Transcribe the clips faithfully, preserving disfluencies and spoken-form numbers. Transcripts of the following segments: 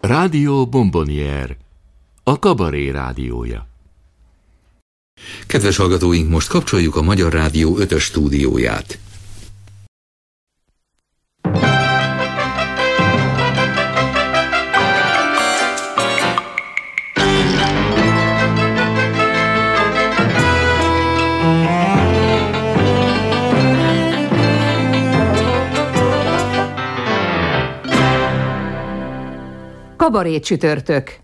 Rádió Bombonier, a kabaré rádiója. Kedves hallgatóink, most kapcsoljuk a Magyar Rádió ötös stúdióját. Kabaré csütörtök.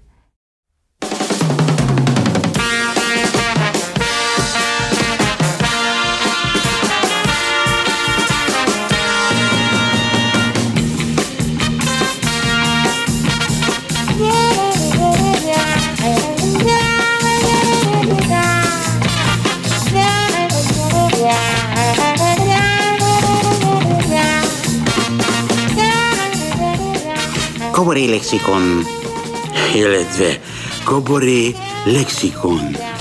Kabaré lexikon, illetve kabaré lexikon.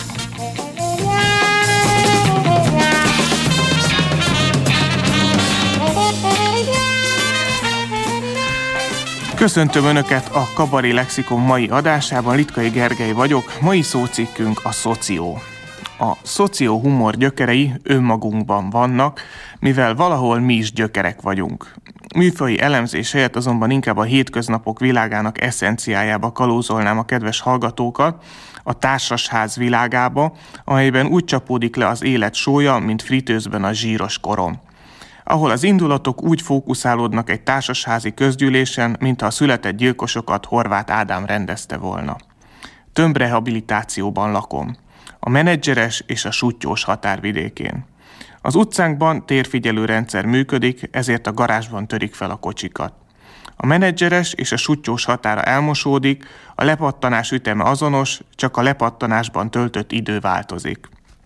Köszöntöm Önöket a Kabaré lexikon mai adásában, Litkai Gergely vagyok, mai szócikkünk a szoció. A szoció-humor gyökerei önmagunkban vannak, mivel valahol mi is gyökerek vagyunk. Műfaji elemzés helyett azonban inkább a hétköznapok világának eszenciájába kalózolnám a kedves hallgatókat, a társasház világába, amelyben úgy csapódik le az élet sója, mint fritőzben a zsíros korom. Ahol az indulatok úgy fókuszálódnak egy társasházi közgyűlésen, mintha a született gyilkosokat Horváth Ádám rendezte volna. Tömbrehabilitációban lakom. A menedzseres és a suttyós határvidékén. Az utcánkban térfigyelő rendszer működik, ezért a garázsban törik fel a kocsikat. A menedzseres és a suttyós határa elmosódik, a lepattanás üteme azonos, csak a lepattanásban töltött idő változik.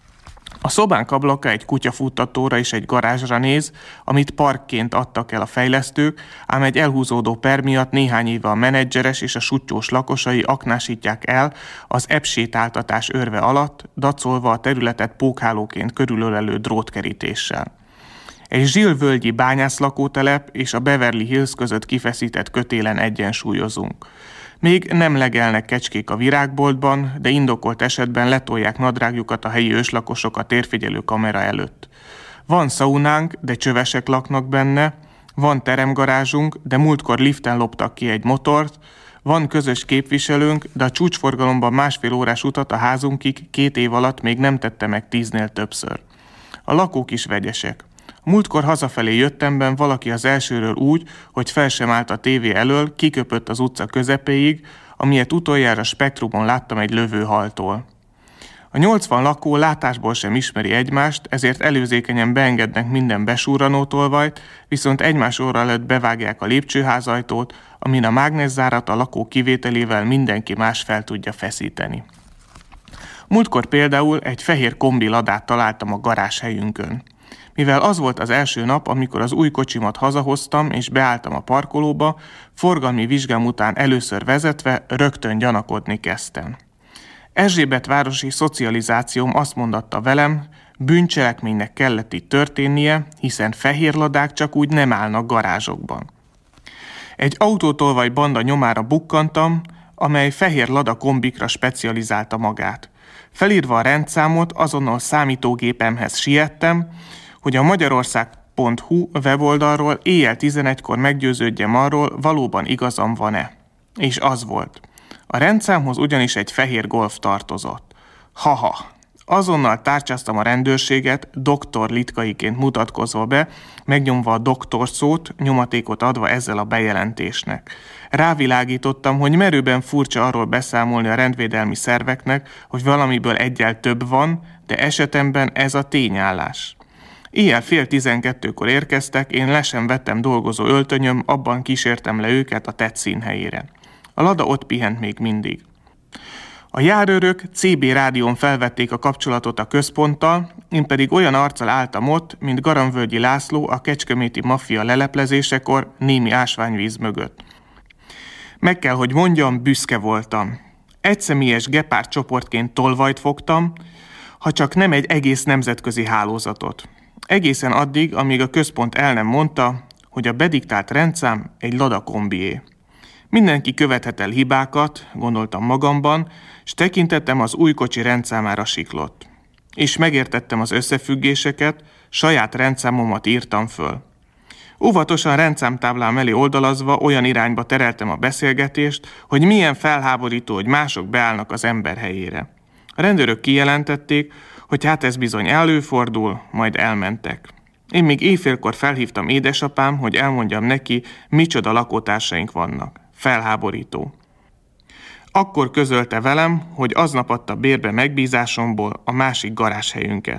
A szobánk ablaka egy kutyafuttatóra és egy garázsra néz, amit parkként adtak el a fejlesztők, ám egy elhúzódó per miatt néhány éve a menedzseres és a suttyós lakosai aknásítják el az ebb-sétáltatás örve alatt, dacolva a területet pókhálóként körülölelő drótkerítéssel. Egy zsilvölgyi bányászlakótelep és a Beverly Hills között kifeszített kötélen egyensúlyozunk. Még nem legelnek kecskék a virágboltban, de indokolt esetben letolják nadrágjukat a helyi őslakosok a térfigyelő kamera előtt. Van szaunánk, de csövesek laknak benne, van teremgarázsunk, de múltkor liften loptak ki egy motort, van közös képviselőnk, de a csúcsforgalomban másfél órás utat a házunkig két év alatt még nem tette meg tíznél többször. A lakók is vegyesek. Múltkor hazafelé jöttemben valaki az elsőről úgy, hogy fel sem állt a tévé elől, kiköpött az utca közepéig, amilyet utoljára Spektrumon láttam egy lövőhaltól. A nyolcvan lakó látásból sem ismeri egymást, ezért előzékenyen beengednek minden besúrranótolvajt, viszont egymás orra előtt bevágják a lépcsőházajtót, amin a mágneszárat a lakó kivételével mindenki más fel tudja feszíteni. Múltkor például egy fehér kombi ladát találtam a garázshelyünkön. Mivel az volt az első nap, amikor az új kocsimat hazahoztam és beálltam a parkolóba, forgalmi vizsgám után először vezetve rögtön gyanakodni kezdtem. Erzsébetvárosi szocializációm azt mondatta velem, bűncselekménynek kellett itt történnie, hiszen fehér ladák csak úgy nem állnak garázsokban. Egy autótolvaj banda nyomára bukkantam, amely fehér lada kombikra specializálta magát. Felírva a rendszámot azonnal számítógépemhez siettem, hogy a magyarország pont hu weboldalról éjjel tizenegykor meggyőződjem arról, valóban igazam van-e. És az volt. A rendszámhoz ugyanis egy fehér Golf tartozott. Haha! Azonnal tárcsáztam a rendőrséget, doktor Litkaiként mutatkozva be, megnyomva a doktor szót, nyomatékot adva ezzel a bejelentésnek. Rávilágítottam, hogy merőben furcsa arról beszámolni a rendvédelmi szerveknek, hogy valamiből egyel több van, de esetemben ez a tényállás. Éjjel fél tizenkettőkor érkeztek, én le sem vettem dolgozó öltönyöm, abban kísértem le őket a tett színhelyére. A lada ott pihent még mindig. A járőrök cé bé rádión felvették a kapcsolatot a központtal, én pedig olyan arccal álltam ott, mint Garamvölgyi László a kecskeméti maffia leleplezésekor némi ásványvíz mögött. Meg kell, hogy mondjam, büszke voltam. Egyszemélyes gepárd csoportként tolvajt fogtam, ha csak nem egy egész nemzetközi hálózatot. Egészen addig, amíg a központ el nem mondta, hogy a bediktált rendszám egy Lada kombié. Mindenki követhet el hibákat, gondoltam magamban, és tekintettem az új kocsi rendszámára siklott. És megértettem az összefüggéseket, saját rendszámomat írtam föl. Óvatosan rendszámtáblám elé oldalazva olyan irányba tereltem a beszélgetést, hogy milyen felháborító, hogy mások beállnak az ember helyére. A rendőrök kijelentették, hogy hát ez bizony előfordul, majd elmentek. Én még éjfélkor felhívtam édesapám, hogy elmondjam neki, micsoda lakótársaink vannak. Felháborító. Akkor közölte velem, hogy aznap adta bérbe megbízásomból a másik garázshelyünket.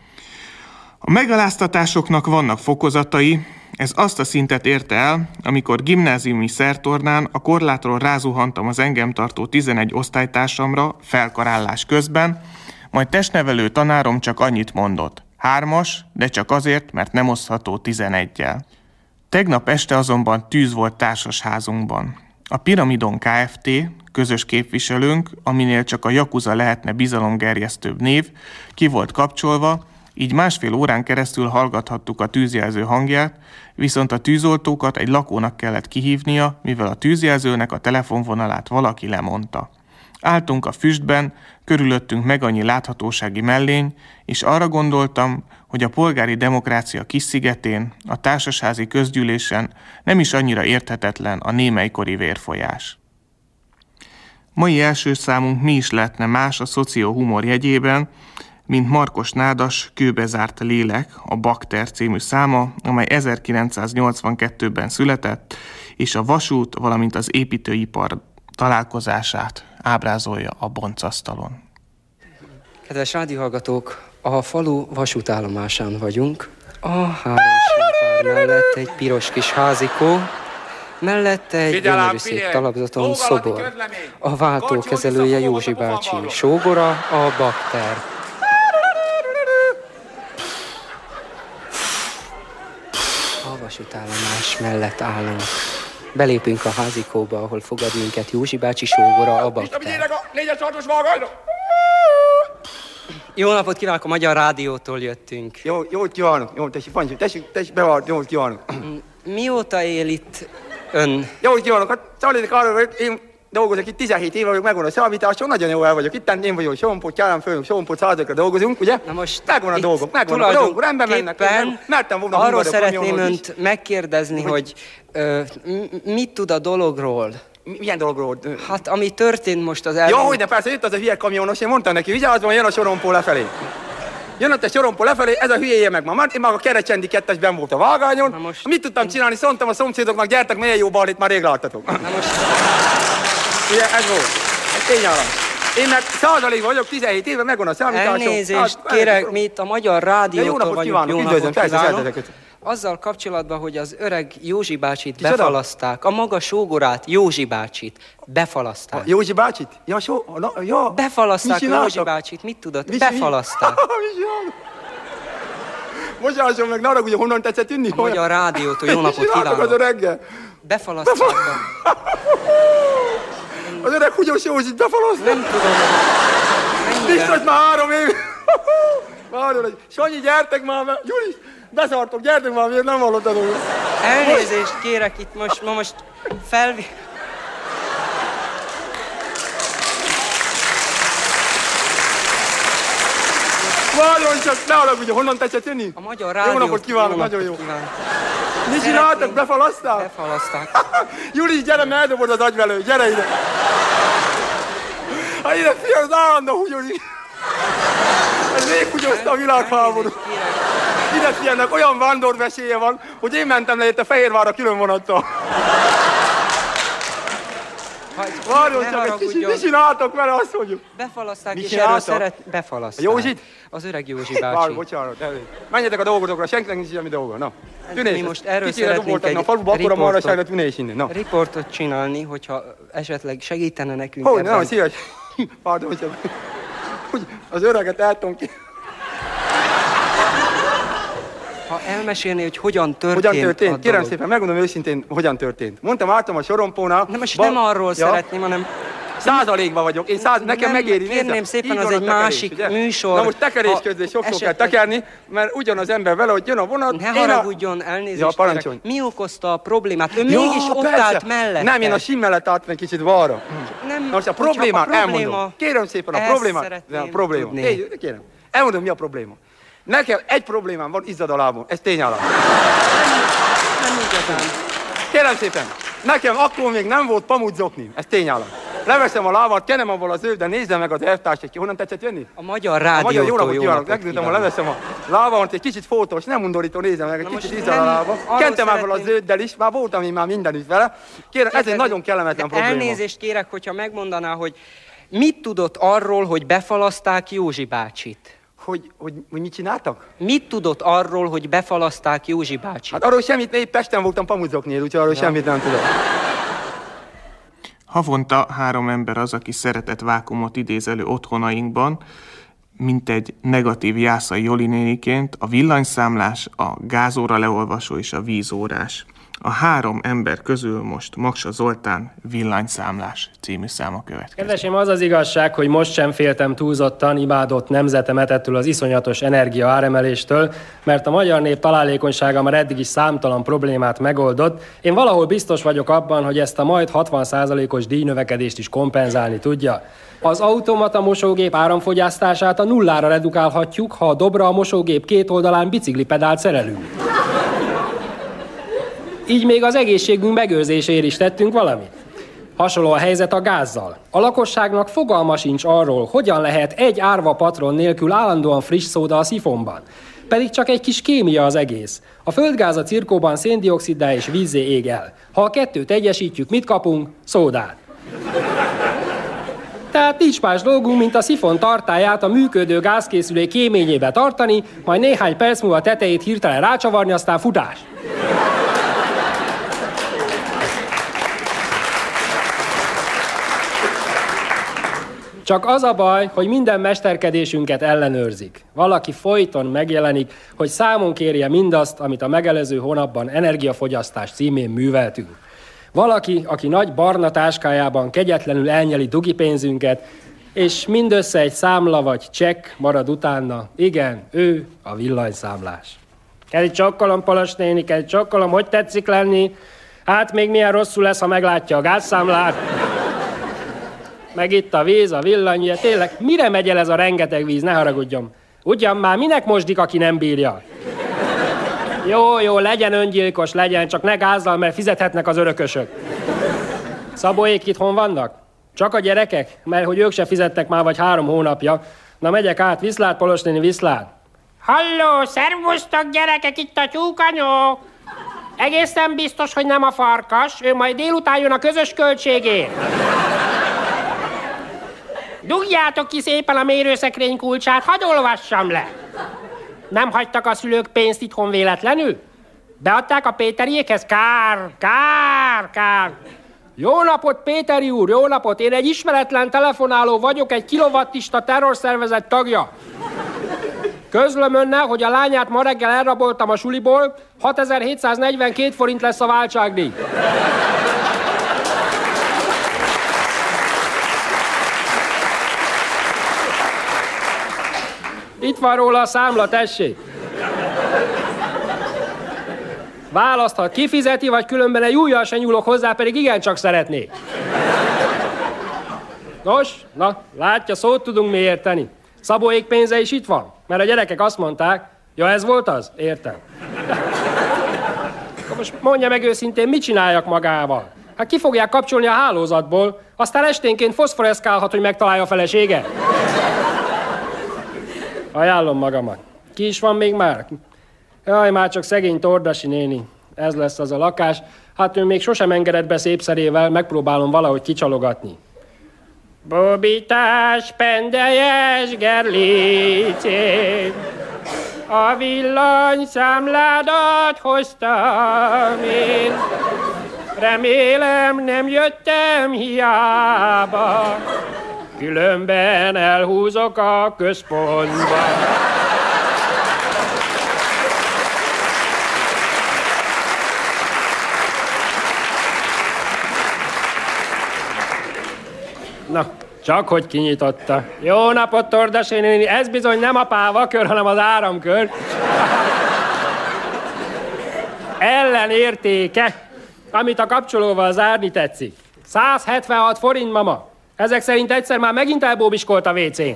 A megaláztatásoknak vannak fokozatai, ez azt a szintet érte el, amikor gimnáziumi szertornán a korlátról rázuhantam az engem tartó tizenegy osztálytársamra felkarállás közben, majd testnevelő tanárom csak annyit mondott. Hármas, de csak azért, mert nem osztható tizeneggyel. Tegnap este azonban tűz volt társasházunkban. A Piramidon Kft., közös képviselőnk, aminél csak a Yakuza lehetne bizalomgerjesztőbb név, ki volt kapcsolva, így másfél órán keresztül hallgathattuk a tűzjelző hangját, viszont a tűzoltókat egy lakónak kellett kihívnia, mivel a tűzjelzőnek a telefonvonalát valaki lemondta. Álltunk a füstben, körülöttünk meg annyi láthatósági mellény, és arra gondoltam, hogy a polgári demokrácia kis szigetén, a társasházi közgyűlésen nem is annyira érthetetlen a némelykori vérfolyás. Mai első számunk mi is lehetne más a szociohumor jegyében, mint Markos Nádas Kőbezárt lélek, a Bakter című száma, amely ezerkilencszáznyolcvankettőben született, és a vasút, valamint az építőipar találkozását ábrázolja a boncasztalon. Kedves rádióhallgatók, a falu vasútállomásán vagyunk. A három sípár mellett egy piros kis házikó, mellette egy gyönyörű szép talapzaton szobor. A váltókezelője Józsi bácsi sógora, a Bakter. A vasútállomás mellett állunk. Belépünk a házikóba, ahol fogad minket Józsi bácsi sógora, a Bakter. Jó napot kívánok, a Magyar Rádiótól jöttünk. Jó, jót kívánok, jó, tessék, Pancsó, tessék, tessék, bevart, jót kívánok. Mióta él itt ön? Jót kívánok, hát szólítok arról, hogy én dolgozok itt tizenhét éve vagyok, megvan a számításon, nagyon jó el vagyok. Itt én vagyok, Sompot, Tyáránföldön, Sompot, századikra dolgozunk, ugye? Na most megvan a dolgok, megvan a dolgok, rendben mennek. Mertem volna arról szeretném önt megkérdezni, hogy ö, mit tud a dologról? Milyen dologról? Hát, ami történt most az elmúlt... Jó, hogy ne, persze, jött az a hülye kamionos, én mondtam neki, vigyázzon, jön a sorompó lefelé. Jön ott a sorompó lefelé, ez a hülyéje meg ma. Én már a Kerecsendi kettesben volt a vágányon. Most... Mit tudtam csinálni? Szóltam a szomszédoknak, gyertek, milyen jó balit, már rég láttatok. Na most... Ugye, ez volt. Ez tényállam. Én meg százalék vagyok, tizenhét éve, megvan a számításom. Elnézést, hát, kérek, mi itt a Magyar Rádiótól vagyunk. Kívánok, jó napot kívánok. Azzal kapcsolatban, hogy az öreg Józsi bácsit Kicsoda? befalaszták, a maga sógorát, Józsi bácsit befalaszták. A Józsi bácsit? Ja, so, na, ja. Befalaszták Józsi bácsit, mit tudod? Mi befalaszták. Bocsánasson meg, ne arra, ugye honnan tetszett ünni? A Magyar Rádiótól, jó napot kívánok. Az öreggel? Befalaszták. Az öreg Húgyos Józsit befalaszták? Nem tudom. Biztos már három év. Várjon, hogy Sanyi, gyertek már, mert Gyuri, beszartok, gyertek már, miért nem hallottad? Elnézést kérek itt most, ma most felvi... Várjon csak, ne haragudj, honnan tetszett jönni? A Magyar Rádió. Jó napot kívánok, nagyon jó. Mi csináltak, befalasztál? Befalaszták. Júli, gyere, mert eldobod az agyvelő, gyere ide. Hát ide, fia, az állandó húgyózik. Ez még húgyozta a világháború. Ide, fiának, olyan vándorvesélye van, hogy én mentem le itt a Fehérvárra külön vonattal. Várjon csak egy kicsit, mi csináltok vele, azt mondjuk? Befalaszták, és erről szeret... Befalaszták. Józsit? Az öreg Józsi bácsi. Várj, bocsánat, elég. Menjetek a dolgotokra, senkinek nincs semmi dolga, na. Tűnés, mi most erről szeretnénk egy a faluba, akkor a marhaságra tűnés innen, na. Riportot csinálni, hogyha esetleg segítene nekünk hogy, ebben. Hogy, nem, szíves. Pardon, csak. Hogy az öreget eltom ki. Ha elmesélné, hogy hogyan történt Hogyan történt? a Kérem dolog. szépen, megmondom őszintén, hogyan történt. Mondtam, álltam a sorompónál. Na most ba... nem arról ja. szeretném, hanem Százalékban vagyok. Én száz, nekem nem, megéri. Kérném nézze, szépen, így az van egy a tekerés, másik ugye? műsor. Na most tekerés közben sokszor kell tekerni, mert ugyanaz ember vele, hogy jön a vonat. Ne haragudjon, elnézést ja, kérek. Mi okozta a problémát? Ön ja, mégis ott persze. állt mellette. Nem, én a simmelet át egy kicsit balra. Nem, most a problémát elmondom. Kérem szépen a problémát. A probléma. Égy, kérem. Elmondom, mi a probléma. Nekem egy problémám van, izzad a lábon. Ez tényállás. Nem igazán. Kérem szépen, nekem akkor még nem volt pamudzoknim. Ez tényállás. Leveszem a lábat, kenem abból az ő, de nézzem meg az elvtársat. Honnan tetszett jönni? A Magyar Rádiótól. A Magyar, jó napot jó kívánok. napot Megdöntöm, leveszem a lábamat, egy kicsit fotós, nem undorító, nézzem meg, egy Na kicsit izzad a lába. Kentem abból az őddel is, már voltam én már mindenütt vele. Kérem, ez egy nagyon kellemetlen probléma. Elnézést kérek, hogyha megmondaná, hogy mit tudott arról, hogy befalaszták Józsi bácsit? Hogy, hogy, hogy mit csináltak? Mit tudott arról, hogy befalaszták Józsi bácsit? Hát arról semmit, épp Pesten voltam pamudzoknél, úgyhogy arról ja. semmit nem tudok. Havonta három ember az, aki szeretett vákumot idéz elő otthonainkban, mint egy negatív Jászai Joli néniként, a villanyszámlás, a gázóra leolvasó és a vízórás. A három ember közül most Maksa Zoltán Villanyszámlás című száma következik. Kedvesem, az az igazság, hogy most sem féltem túlzottan imádott nemzetemet ettől az iszonyatos energia áremeléstől, mert a magyar nép találékonysága már eddig is számtalan problémát megoldott. Én valahol biztos vagyok abban, hogy ezt a majd hatvan százalékos díjnövekedést is kompenzálni tudja. Az automata mosógép áramfogyasztását a nullára redukálhatjuk, ha a dobra a mosógép két oldalán biciklipedált szerelünk. Így még az egészségünk megőrzéséért is tettünk valamit. Hasonló a helyzet a gázzal. A lakosságnak fogalma sincs arról, hogyan lehet egy árva patron nélkül állandóan friss szóda a szifonban. Pedig csak egy kis kémia az egész. A földgáz a cirkóban széndioxiddá és vízzé ég el. Ha a kettőt egyesítjük, mit kapunk? Szódát. Tehát nincs más dolgunk, mint a szifon tartályát a működő gázkészülék kéményébe tartani, majd néhány perc múlva a tetejét hirtelen rácsavarni, aztán futás. Csak az a baj, hogy minden mesterkedésünket ellenőrzik. Valaki folyton megjelenik, hogy számon kérje mindazt, amit a megelőző hónapban energiafogyasztás címén műveltünk. Valaki, aki nagy barna táskájában kegyetlenül elnyeli dugi pénzünket, és mindössze egy számla vagy csekk marad utána. Igen, ő a villanyszámlás. Kedi csokkolom, Polos néni, kedi csokkolom, hogy tetszik lenni? Hát még milyen rosszul lesz, ha meglátja a gázszámlát. Meg itt a víz, a villany, ugye, tényleg, mire megy el ez a rengeteg víz, ne haragudjon. Ugyan már minek mosdik, aki nem bírja? Jó, jó, legyen öngyilkos, legyen, csak ne gázzal, mert fizethetnek az örökösök. Szabóék itthon vannak? Csak a gyerekek? Mert hogy ők se fizettek már vagy három hónapja. Na megyek át, viszlát, Polos néni, viszlát. Halló, szervusztok gyerekek, itt a tyúkanyó. Egészen biztos, hogy nem a farkas, ő majd délután jön a közös költségért. Dugjátok ki szépen a mérőszekrény kulcsát, hadd olvassam le. Nem hagytak a szülők pénzt itthon véletlenül? Beadták a Péteriékhez? Kár, kár, kár. Jó napot, Péteri úr, jó napot! Én egy ismeretlen telefonáló vagyok, egy kilovattista terrorszervezet tagja. Közlöm önnel, hogy a lányát ma reggel elraboltam a suliból, hatezer-hétszáznegyvenkét forint lesz a váltságdíj. Itt van róla a számla, tessék. Választhat, kifizeti, vagy különben egy ujjal se nyúlok hozzá, pedig igencsak szeretnék. Nos, na, látja, szót tudunk mi érteni. Szabóék pénze is itt van, mert a gyerekek azt mondták, ja, ez volt az? Értem. Most mondja meg őszintén, mit csináljak magával? Hát ki fogják kapcsolni a hálózatból, aztán esténként foszforeszkálhat, hogy megtalálja a felesége. Ajánlom magamat. Ki is van még már? Jaj, már csak szegény Tordasi néni. Ez lesz az a lakás. Hát ő még sosem engedett be szépszerével, megpróbálom valahogy kicsalogatni. Bobitás, pendeljes gerlicét, a villanyszámládat hoztam én. Remélem nem jöttem hiába, különben elhúzok a központba. Na, csak hogy kinyitotta. Jó napot, Tordasi néni, ez bizony nem a pávakör, hanem az áramkör. Ellenértéke, amit a kapcsolóval zárni tetszik. száz hetvenhat forint, mama. Ezek szerint egyszer már megint elbóbiskolt a vécén.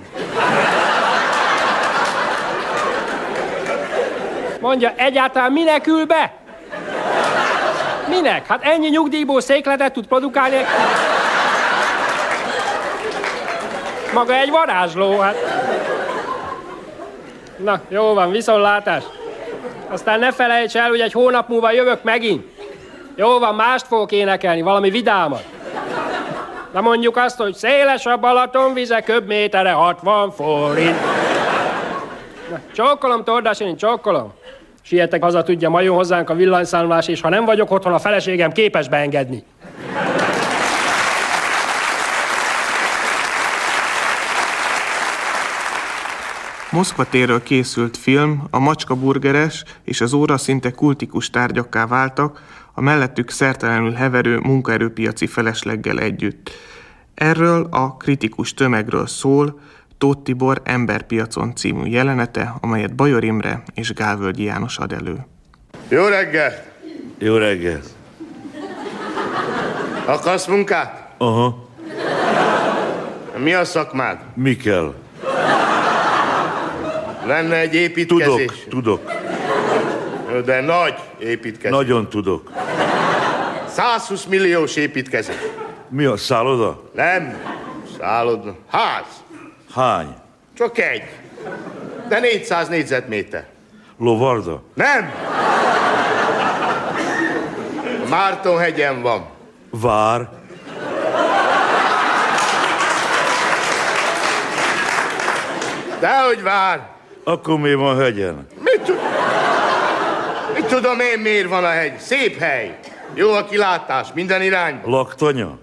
Mondja, egyáltalán minek ül be? Minek? Hát ennyi nyugdíjból székletet tud produkálni. Maga egy varázsló, hát. Na, jó van, viszontlátás. Aztán ne felejts el, hogy egy hónap múlva jövök megint. Jó van, mást fogok énekelni, valami vidámat. Na mondjuk azt, hogy széles a Balaton vize, köbméterre hatvan forint. Na, csókolom, Tordasi, csókolom. Sietek haza, tudja, ma jön hozzánk a villanyszámlás, és ha nem vagyok otthon, a feleségem képes beengedni. Moszkva térről készült film, a macska burgeres és az óra szinte kultikus tárgyakká váltak, a mellettük szertelenül heverő munkaerőpiaci felesleggel együtt. Erről a kritikus tömegről szól Tóth Tibor Emberpiacon című jelenete, amelyet Bajor Imre és Gálvölgyi János ad elő. Jó reggel! Jó reggel! Akarsz munkát? Aha. Mi a szakmád? Mi kell? Lenne egy építkezés. Tudok, tudok. De nagy építkezés. Nagyon tudok. százhúsz milliós építkezés. Mi a szálloda? Nem. Szálloda. Ház. Hány? Csak egy. De négyszáz négyzetméter. Lovarda? Nem. Mártonhegyen van. Vár? Dehogy vár. Akkor mi van hegyen? Mit, tud... Mit tudom én, miért van a hegy? Szép hely. Jó a kilátás, minden irányba. Laktanya?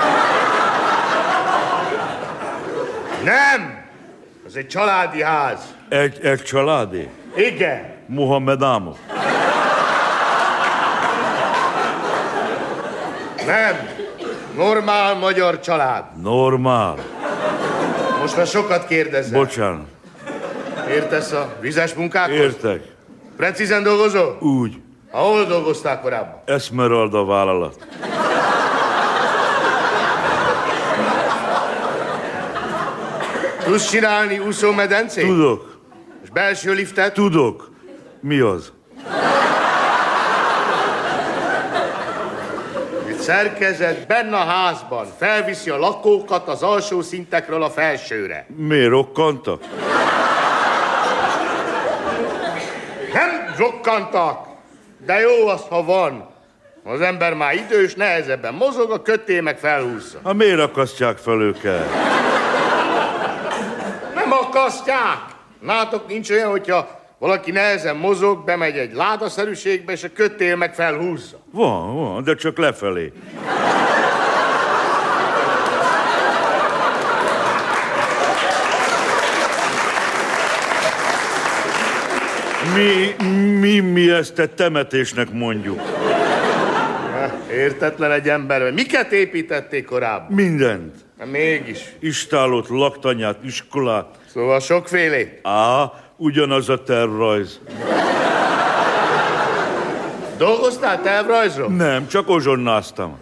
Nem. Ez egy családi ház. Egy, egy családi? Igen. Mohamed Ámo? Nem. Normál magyar család. Normál. Most már sokat kérdezzel. Bocsánat. Értesz a vizes munkákhoz? Értek. Precízen dolgozol? Úgy. Ahol dolgoztál korábban? Esmeralda vállalat. Tudsz csinálni úszómedencét? Tudok. És belső liftet? Tudok. Mi az? Egy szerkezet benne a házban felviszi a lakókat az alsó szintekről a felsőre. Miért rokkantak? Nem rokkantak, de jó az, ha van. Az ember már idős, nehezebben mozog, a kötél meg felhúzza. Hát miért akasztják fel őket? Nem akasztják. Nátok nincs olyan, hogyha valaki nehezen mozog, bemegy egy ládaszerűségbe, és a kötél meg felhúzza. Van, van, de csak lefelé. Mi, mi, mi ezt a temetésnek mondjuk? Értetlen egy ember. Miket építették korábban? Mindent. Na, mégis. Istálót, laktanyát, iskolát. Szóval sokfélét? Á, ugyanaz a tervrajz. Dolgoztál tervrajzról? Nem, csak ozsonnáztam.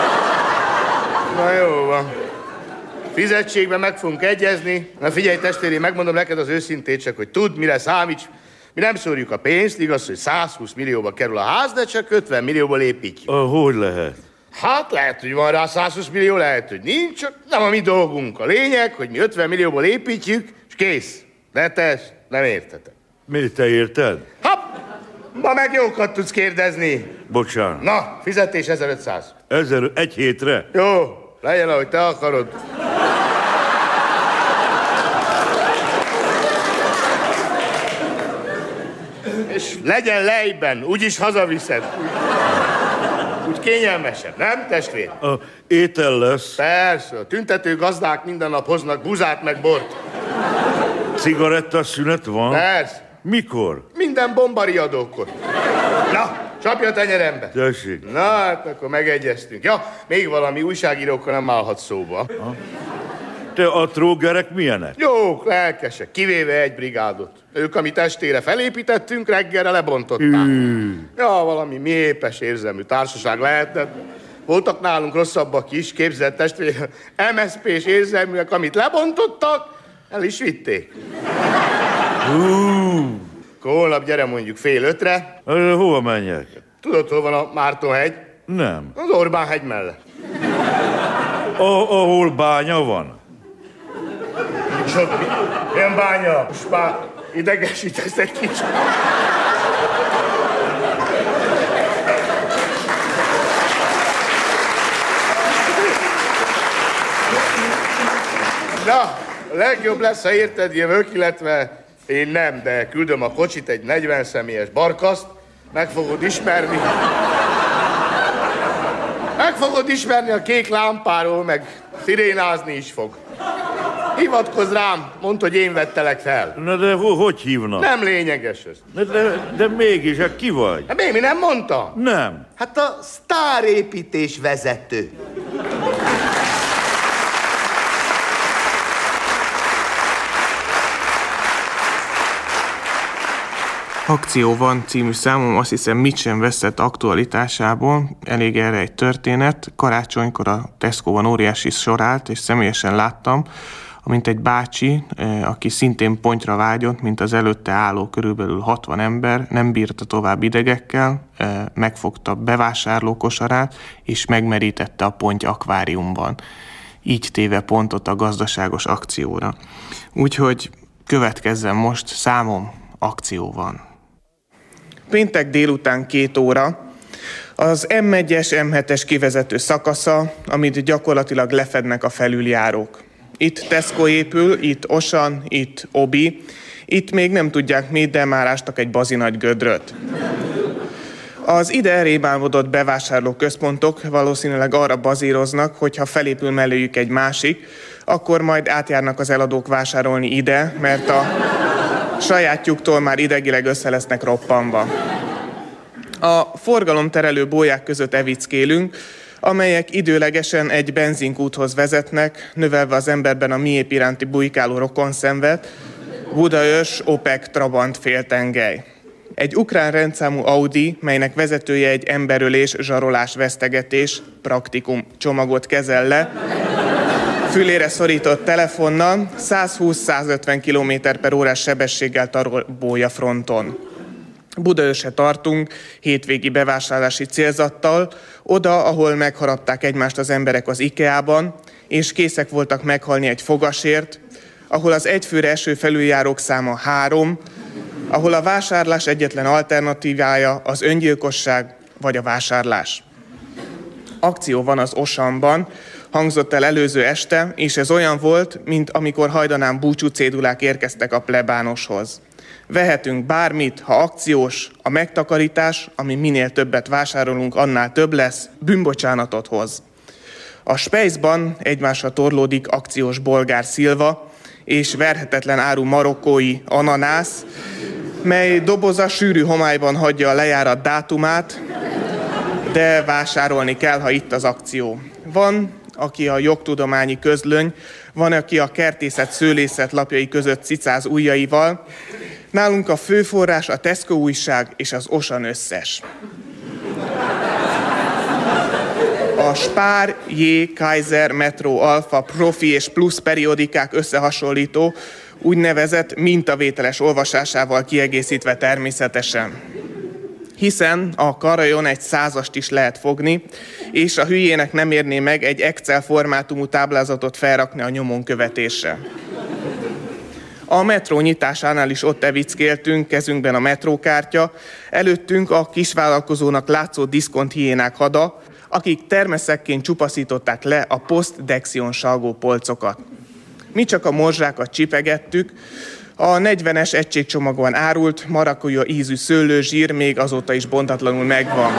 Na jó van. Fizetségben meg fogunk egyezni. Na figyelj, testvérem, megmondom neked az őszintét, csak hogy tudd, mire számíts. Mi nem szórjuk a pénzt, igaz, hogy százhúsz millióba kerül a ház, de csak ötven millióból építjük. Ah, hogy lehet? Hát lehet, hogy van rá százhúsz millió, lehet, hogy nincs, csak nem a mi dolgunk. A lényeg, hogy mi ötven millióból építjük, és kész. De te ezt nem értetek. Miért te érted? Hopp! Ma meg jókat tudsz kérdezni. Bocsánat. Na, fizetés ezerötszáz. Ezer, egy hétre? Jó, legyen, ahogy te akarod. És legyen lejben, úgyis hazaviszed. Úgy, úgy kényelmesebb, nem, testvér? A étel lesz. Persze, a tüntető gazdák minden nap hoznak buzát meg bort. Cigaretta szünet van? Persze. Mikor? Minden bombariadókor. Na, csapja a tenyerembe. Tessék. Na, hát akkor megegyeztünk. Ja, még valami újságírókkal nem állhat szóba. Ha? Te a trógerek milyenek? Jók, lelkesek, kivéve egy brigádot. Ők, amit estére felépítettünk, reggelre lebontották. Hmm. Ja, valami miépes érzelmű társaság lehetett. Voltak nálunk rosszabbak is, képzelt testvére, em es zé pés érzelműek, amit lebontottak, el is vitték. Uh. Holnap gyere mondjuk fél ötre. Hova menjek? Tudod, hol van a Mártonhegy? Nem. Az Orbán-hegy mellett. A, ahol bánya van? És ott mi? Milyen bánya? Spá... Idegesítesz egy kicsit. Na, a legjobb lesz, ha érted, jövök, illetve én nem, de küldöm a kocsit, egy negyven személyes barkaszt, meg fogod ismerni. Meg fogod ismerni a kék lámpáról, meg szirénázni is fog. Hivatkozz rám, mondd, hogy én vettelek fel. Na de ho hogy hívnak? Nem lényeges ez. De, de, de mégis, hát ki vagy? Hát mi, mi nem mondta? Nem. Hát a sztárépítés vezető. Akció van című számom, azt hiszem mit sem veszett aktualitásából, elég erre egy történet. Karácsonykor a Tesco-ban óriási sor állt, és személyesen láttam, amint egy bácsi, aki szintén pontyra vágyott, mint az előtte álló körülbelül hatvan ember, nem bírta tovább idegekkel, megfogta bevásárló kosarát, és megmerítette a ponty akváriumban. Így téve pontot a gazdaságos akcióra. Úgyhogy következzen most számom, akció van. Péntek délután két óra, az em egyes em hetes kivezető szakasza, amit gyakorlatilag lefednek a felüljárók. Itt Tesco épül, itt Osan, itt Obi, itt még nem tudják mit, de már ástak egy bazinagy gödröt. Az ide elrébálmodott bevásárló központok valószínűleg arra bazíroznak, hogy ha felépül melléjük egy másik, akkor majd átjárnak az eladók vásárolni ide, mert a sajátjuktól már idegileg össze lesznek roppanva. A forgalomterelő bóják között evickélünk, amelyek időlegesen egy benzinkúthoz vezetnek, növelve az emberben a miép iránti bujkáló rokonszenvet, Budaörs Opek Trabant féltengely. Egy ukrán rendszámú Audi, melynek vezetője egy emberölés, zsarolás, vesztegetés, praktikum csomagot kezel le, fülére szorított telefonnal százhúsz-százötven kilométer per órás sebességgel tarolbója fronton. Budaörsre tartunk, hétvégi bevásárlási célzattal, oda, ahol megharapták egymást az emberek az IKEA-ban, és készek voltak meghalni egy fogasért, ahol az egyfőre eső felüljárók száma három, ahol a vásárlás egyetlen alternatívája az öngyilkosság vagy a vásárlás. Akció van az Osanban, hangzott el előző este, és ez olyan volt, mint amikor hajdanán búcsú cédulák érkeztek a plebánoshoz. Vehetünk bármit, ha akciós, a megtakarítás, ami minél többet vásárolunk, annál több lesz, bűnbocsánatot hoz. A Spejzban egymásra torlódik akciós bolgár szilva és verhetetlen áru marokkói ananász, mely doboza sűrű homályban hagyja a lejárat dátumát, de vásárolni kell, ha itt az akció. Van, aki a jogtudományi közlöny, van, aki a kertészet, szőlészet lapjai között cicáz ujjaival. Nálunk a főforrás a Tesco újság és az Osan összes. A Spár, J, Kaiser, Metro, Alfa, Profi és Plus periodikák összehasonlító, úgynevezett mintavételes olvasásával kiegészítve természetesen. Hiszen a karajon egy százast is lehet fogni, és a hülyének nem érné meg egy Excel formátumú táblázatot felrakni a nyomon követésre. A metró nyitásánál is ott evickéltünk, kezünkben a metrókártya, előttünk a kisvállalkozónak látszó diszkont hiénák hada, akik termeszekként csupaszították le a post-dexion salgó polcokat. Mi csak a morzsákat csipegettük, a negyvenes egységcsomagban árult marakuja ízű szőlőzsír még azóta is bontatlanul megvan.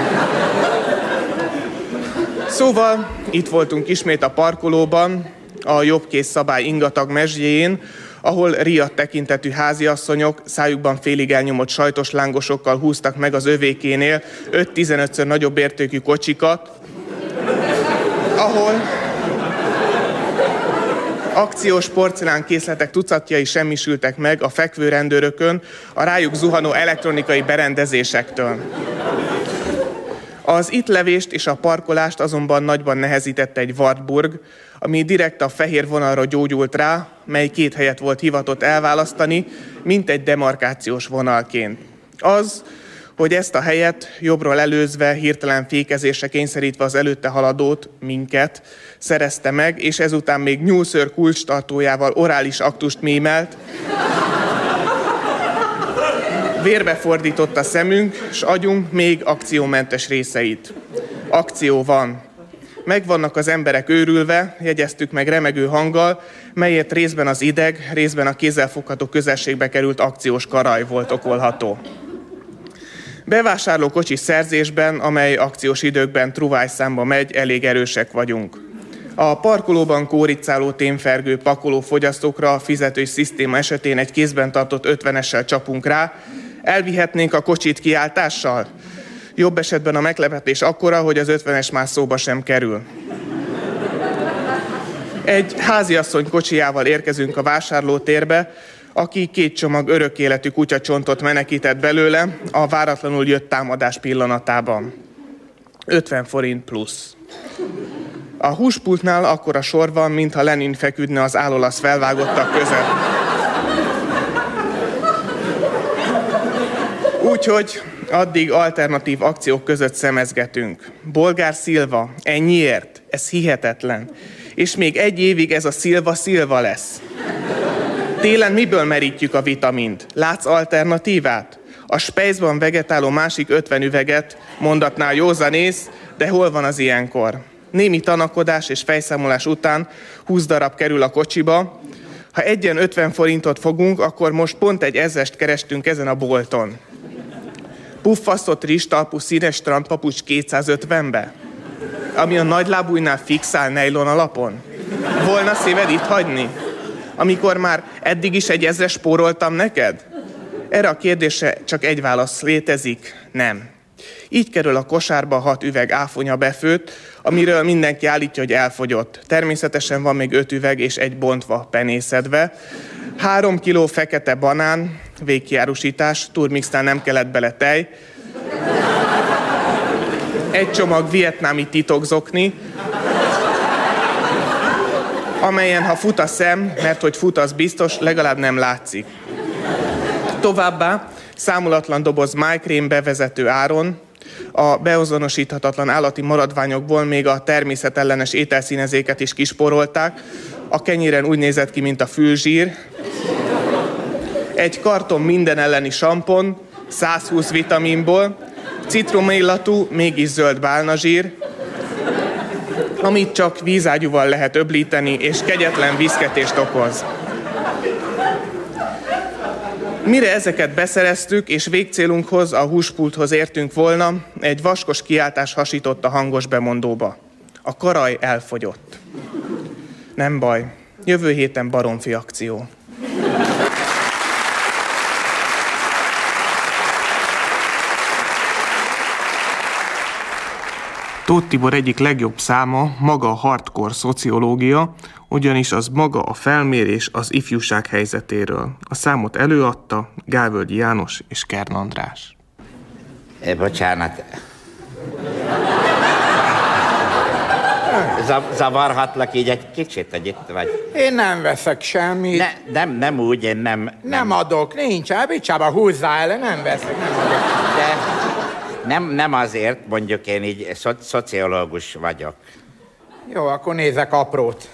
Szóval itt voltunk ismét a parkolóban, a jobbkész szabály ingatag mezsdjéjén, ahol riadt tekintetű háziasszonyok szájukban félig elnyomott sajtos lángosokkal húztak meg az övékénél öt-tizenötször nagyobb értékű kocsikat, ahol, Akciós porcelánkészletek tucatjai semmisültek meg a fekvő rendőrökön a rájuk zuhanó elektronikai berendezésektől. Az itt levést és a parkolást azonban nagyban nehezítette egy Wartburg, ami direkt a fehér vonalra gyógyult rá, mely két helyet volt hivatott elválasztani, mint egy demarkációs vonalként. Az, hogy ezt a helyet jobbról előzve, hirtelen fékezésre kényszerítve az előtte haladót, minket, szerezte meg, és ezután még nyúlszőr kulcstartójával orális aktust mémelt, vérbe fordította szemünk, s agyunk még akciómentes részeit. Akció van. Megvannak az emberek őrülve, jegyeztük meg remegő hanggal, melyet részben az ideg, részben a kézzelfogható közelségbe került akciós karaj volt okolható. Bevásárlókocsi szerzésben, amely akciós időkben truvájszámba megy, elég erősek vagyunk. A parkolóban kóricáló, témfergő, pakoló fogyasztókra a fizetős szisztéma esetén egy kézben tartott ötvenessel csapunk rá. Elvihetnénk a kocsit kiáltással? Jobb esetben a meglepetés akkora, hogy az ötvenes már szóba sem kerül. Egy háziasszony kocsijával érkezünk a vásárlótérbe, aki két csomag örök életű kutyacsontot menekített belőle a váratlanul jött támadás pillanatában. ötven forint plusz. A húspultnál akkora sor van, mintha Lenin feküdne az állolasz felvágottak között. Úgyhogy addig alternatív akciók között szemezgetünk. Bolgár Szilva, ennyiért? Ez hihetetlen. És még egy évig ez a Szilva Szilva lesz. Télen miből merítjük a vitamint? Látsz alternatívát? A Spejzban vegetáló másik ötven üveget mondatnál józanész, de hol van az ilyenkor? Némi tanakodás és fejszámolás után húsz darab kerül a kocsiba. Ha egyen ötven forintot fogunk, akkor most pont egy ezrest kerestünk ezen a bolton. Puffasztott rizstalpú színes strandpapucs kétszázötvenbe? Ami a nagylábújnál fixál nejlon alapon? Volna szíved itt hagyni? Amikor már eddig is egy ezre spóroltam neked? Erre a kérdésre csak egy válasz létezik, nem. Így kerül a kosárba hat üveg áfonya befőtt, amiről mindenki állítja, hogy elfogyott. Természetesen van még öt üveg és egy bontva penészedve. Három kiló fekete banán, végkiárusítás, turmixnál nem kellett bele tej. Egy csomag vietnámi titokzokni, amelyen ha fut a szem, mert hogy fut az biztos, legalább nem látszik. Továbbá számolatlan doboz májkrém bevezető áron, a beazonosíthatatlan állati maradványokból még a természetellenes ételszínezéket is kisporolták, a kenyéren úgy nézett ki, mint a fülzsír, egy karton minden elleni sampon, százhúsz vitaminból, citromillatú, mégis zöld bálnazsír, amit csak vízágyúval lehet öblíteni, és kegyetlen viszketést okoz. Mire ezeket beszereztük, és végcélunkhoz, a húspulthoz értünk volna, egy vaskos kiáltás hasított a hangos bemondóba. A karaj elfogyott. Nem baj, jövő héten baromfi akció. Tóth Tibor egyik legjobb száma maga a hardcore szociológia, ugyanis az maga a felmérés az ifjúság helyzetéről. A számot előadta Gálvölgyi János és Kern András. É, bocsánat. Zavarhatlak így egy kicsit, hogy itt vagy. Én nem veszek semmit. Ne, nem, nem úgy, én nem... Nem, nem adok, nincs, elbicsába húzzá el, nem veszek, nem adok. De nem, nem azért, mondjuk én így szo- szociológus vagyok. Jó, akkor nézek aprót.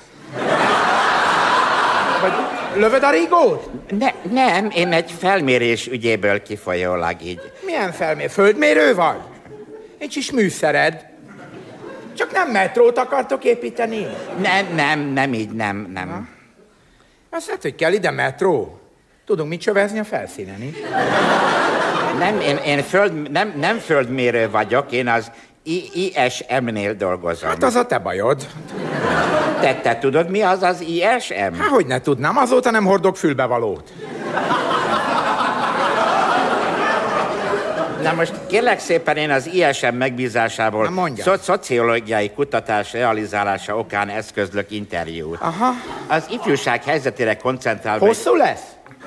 Vagy lövöd a rigót? Ne, nem, én egy felmérés ügyéből kifolyólag így. Milyen felmérés? Földmérő vagy? Nincs is műszered. Csak nem metrót akartok építeni? Nem, nem, nem így, nem, nem. Na. Azt hát, hogy kell ide metró? Tudunk mit csövezni a felszínen is? Nem, én, én föld, nem, nem földmérő vagyok, én az I S M-nél dolgozom. Hát az a te bajod. Te, te tudod, mi az az I S M? Há, hogy ne tudnám, azóta nem hordok fülbevalót. Na most kérlek szépen én az i es em megbízásából szo- szociológiai kutatás realizálása okán eszközlök interjút. Aha. Az ifjúság helyzetére koncentrálva... Hosszú lesz?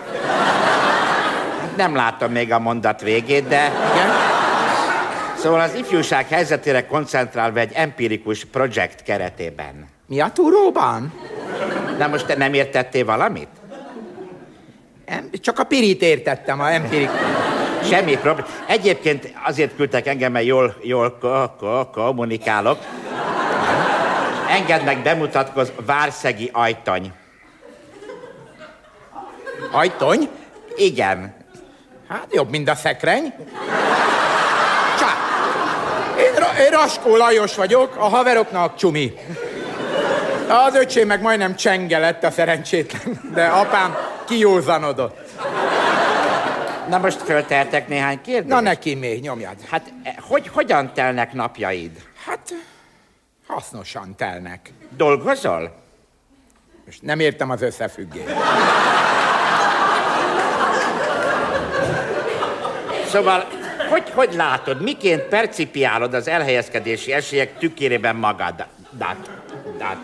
Nem látom még a mondat végét, de... Igen? Szóval az ifjúság helyzetére koncentrálva egy empirikus projekt keretében. Mi a túróban? Na most te nem értettél valamit? Em, csak a pirit értettem, a empirikus. Semmi probléma. Egyébként azért küldtek engem, mert jól, jól ko- ko- kommunikálok. Engedd meg, bemutatkozz, Várszegi Ajtony. Ajtony? Igen. Hát jobb, mint a szekrény. Csá! Én, Ra- én Raskó Lajos vagyok, a haveroknak Csumi. Az öcsém meg majdnem csenge lett a szerencsétlen, de apám kijózanodott. Na most föltehetek néhány kérdést? Na neki még, nyomjad. Hát, hogy, hogyan telnek napjaid? Hát, hasznosan telnek. Dolgozol? Most nem értem az összefüggést. Szóval, hogy, hogy látod, miként percipiálod az elhelyezkedési esélyek tükérében magadat? Dat, dat.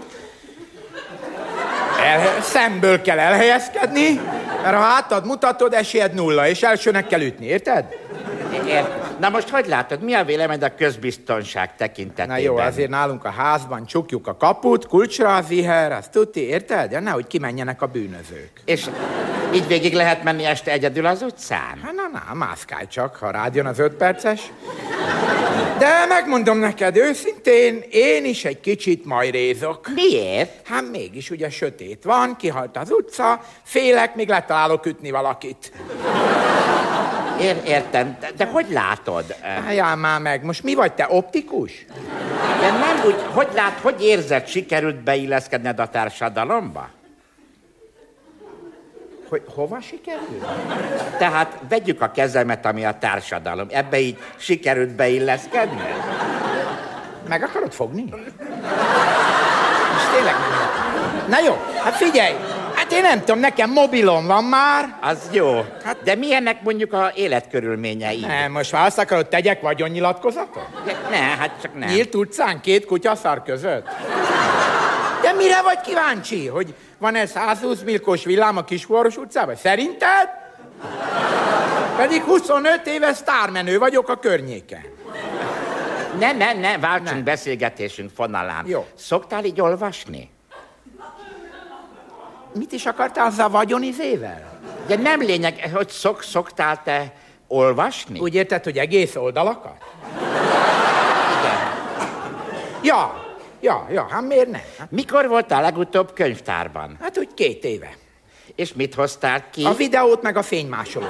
El, szemből kell elhelyezkedni, mert ha hátad mutatod, esélyed nulla, és elsőnek kell ütni, érted? Ért. Na most hogy látod, mi a véleményed a közbiztonság tekintetében? Na jó, azért nálunk a házban csukjuk a kaput, kulcsra az iher, azt tudti, érted? Ja, nehogy kimenjenek a bűnözők. És így végig lehet menni este egyedül az utcán? Hát na, na, mászkálj csak, ha rád jön az öt perces. De megmondom neked őszintén, én is egy kicsit majrézok. Miért? Hát mégis ugye sötét van, kihalt az utca, félek, még letalálok ütni valakit. Ér, értem, de, de hogy látod? Álljál már meg, most mi vagy te, optikus? De nem úgy, hogy lát, hogy érzed, sikerült beilleszkedned a társadalomba? Hogy hova sikerült? Tehát vegyük a kezemet, ami a társadalom. Ebbe így sikerült beilleszkedni? Meg akarod fogni? És tényleg nem. Na jó, hát figyelj! Hát én nem tudom, nekem mobilom van már. Az jó. Hát, de milyennek mondjuk a életkörülményei? Nem, most már azt akarod, tegyek vagyonnyilatkozatot? Ne, hát csak nem. Nyílt utcán két kutyaszar között? De mire vagy kíváncsi? Hogy van-e százhúsz milliós villám a Kisfuvaros utcában? Szerinted? Pedig huszonöt éve sztármenő vagyok a környéken. Nem, nem, nem, váltsunk nem. beszélgetésünk fonalán. Jó. Szoktál így olvasni? Mit is akartál azzal vagyonizével? De nem lényeg, hogy szok, szoktál te olvasni? Úgy érted, hogy egész oldalakat? Igen. Ja, ja, ja, hát miért ne? Hát, mikor voltál legutóbb könyvtárban? Hát úgy két éve. És mit hoztál ki? A videót meg a fénymásolót.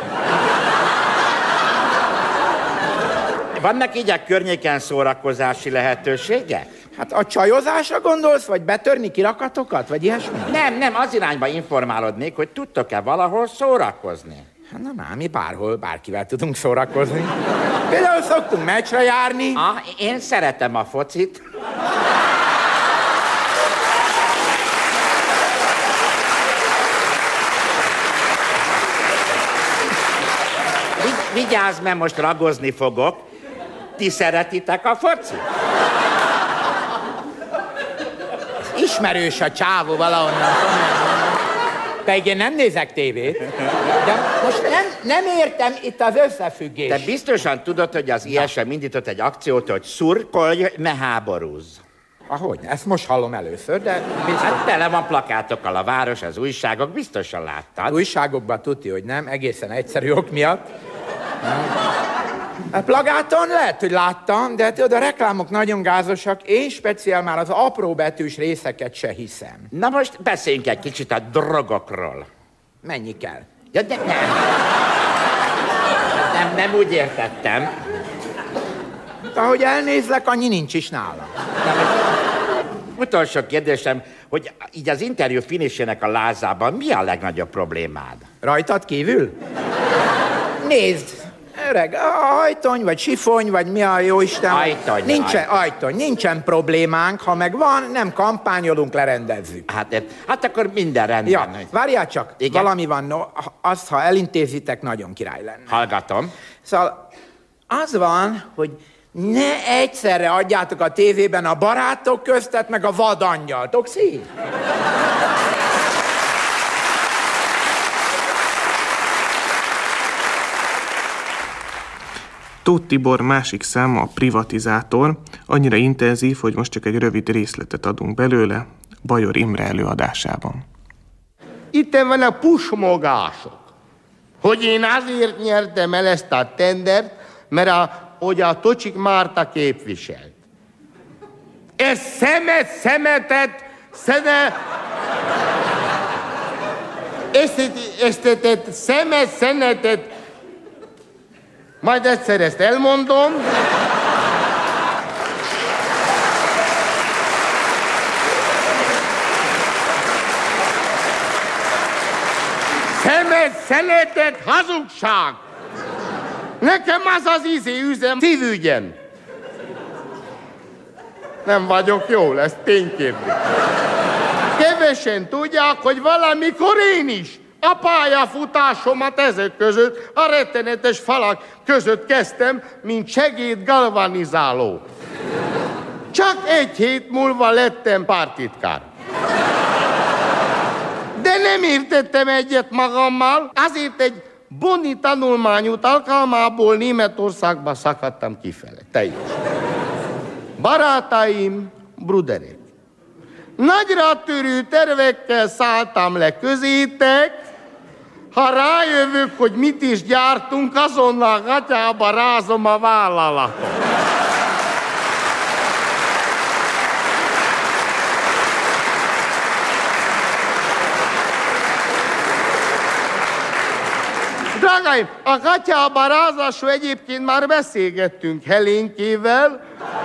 Vannak így a környéken szórakozási lehetőségek? Hát a csajozásra gondolsz, vagy betörni kirakatokat, vagy ilyesmi? Nem, nem, az irányba informálódnék, hogy tudtok-e valahol szórakozni? Hát na már, mi bárhol, bárkivel tudunk szórakozni. Például szoktunk meccsre járni. Ah, én szeretem a focit. Vigyázz, mert most ragozni fogok. Ti szeretitek a focit? Ismerős a csávó valahonnan. Pedig én nem nézek tévét. De most nem, nem értem itt az összefüggést. Te biztosan tudod, hogy az i es em indított egy akciót, hogy szurkolj, ne háborúzz. Ahogy? Ezt most hallom először, de biztos. Hát tele van plakátokkal a város, az újságok, biztosan láttad. Újságokban tudti, hogy nem, egészen egyszerű ok miatt. A plakáton lehet, hogy láttam, de tudod, a reklámok nagyon gázosak, én speciál már az apró betűs részeket se hiszem. Na most beszéljünk egy kicsit a drogokról. Mennyi kell? Ja, de nem. Nem, nem úgy értettem. De ahogy elnézlek, annyi nincs is nálam. Utolsó kérdésem, hogy így az interjú finisének a lázában mi a legnagyobb problémád? Rajtad kívül? Nézd! Öreg, ajtony, vagy sifony, vagy mi a jóisten? Ajtony. Nincsen, ajtony. Nincsen problémánk, ha meg van, nem kampányolunk, lerendezzük. Hát, hát akkor minden rendben. Ja, várjál csak, igen? Valami van, no, azt, ha elintézitek, nagyon király lenne. Hallgatom. Szóval Az van, hogy ne egyszerre adjátok a tévében a Barátok köztet, meg a Vadangyalt. Oxi? Tóth Tibor másik száma a Privatizátor, annyira intenzív, hogy most csak egy rövid részletet adunk belőle Bajor Imre előadásában. Itten van a pusmogások, hogy én azért nyertem el ezt a tendert, mert a, hogy a Tocsik Márta képviselt. Ez szemet, szemetet, szene... Esztetet, szemet, szenetet... Majd egyszer ezt elmondom. Szemet, szenetet, hazugság. Nekem az az izé üzem, szívügyem. Nem vagyok jól, ezt tényképpen. Kevesen tudják, hogy valamikor én is a pályafutásomat ezek között, a rettenetes falak között kezdtem, mint segéd galvanizáló. Csak egy hét múlva lettem pártitkár. De nem értettem egyet magammal, azért egy boni tanulmányút alkalmából Németországba szakadtam kifele. Teljesen. Barátaim, bruderek, nagyra törő tervekkel szálltam le közétek, ha rájövök, hogy mit is gyártunk, azonnal gatyába rázom a vállalatot. Drágáim, a gatyába rázásról egyébként már beszélgettünk Helénkével,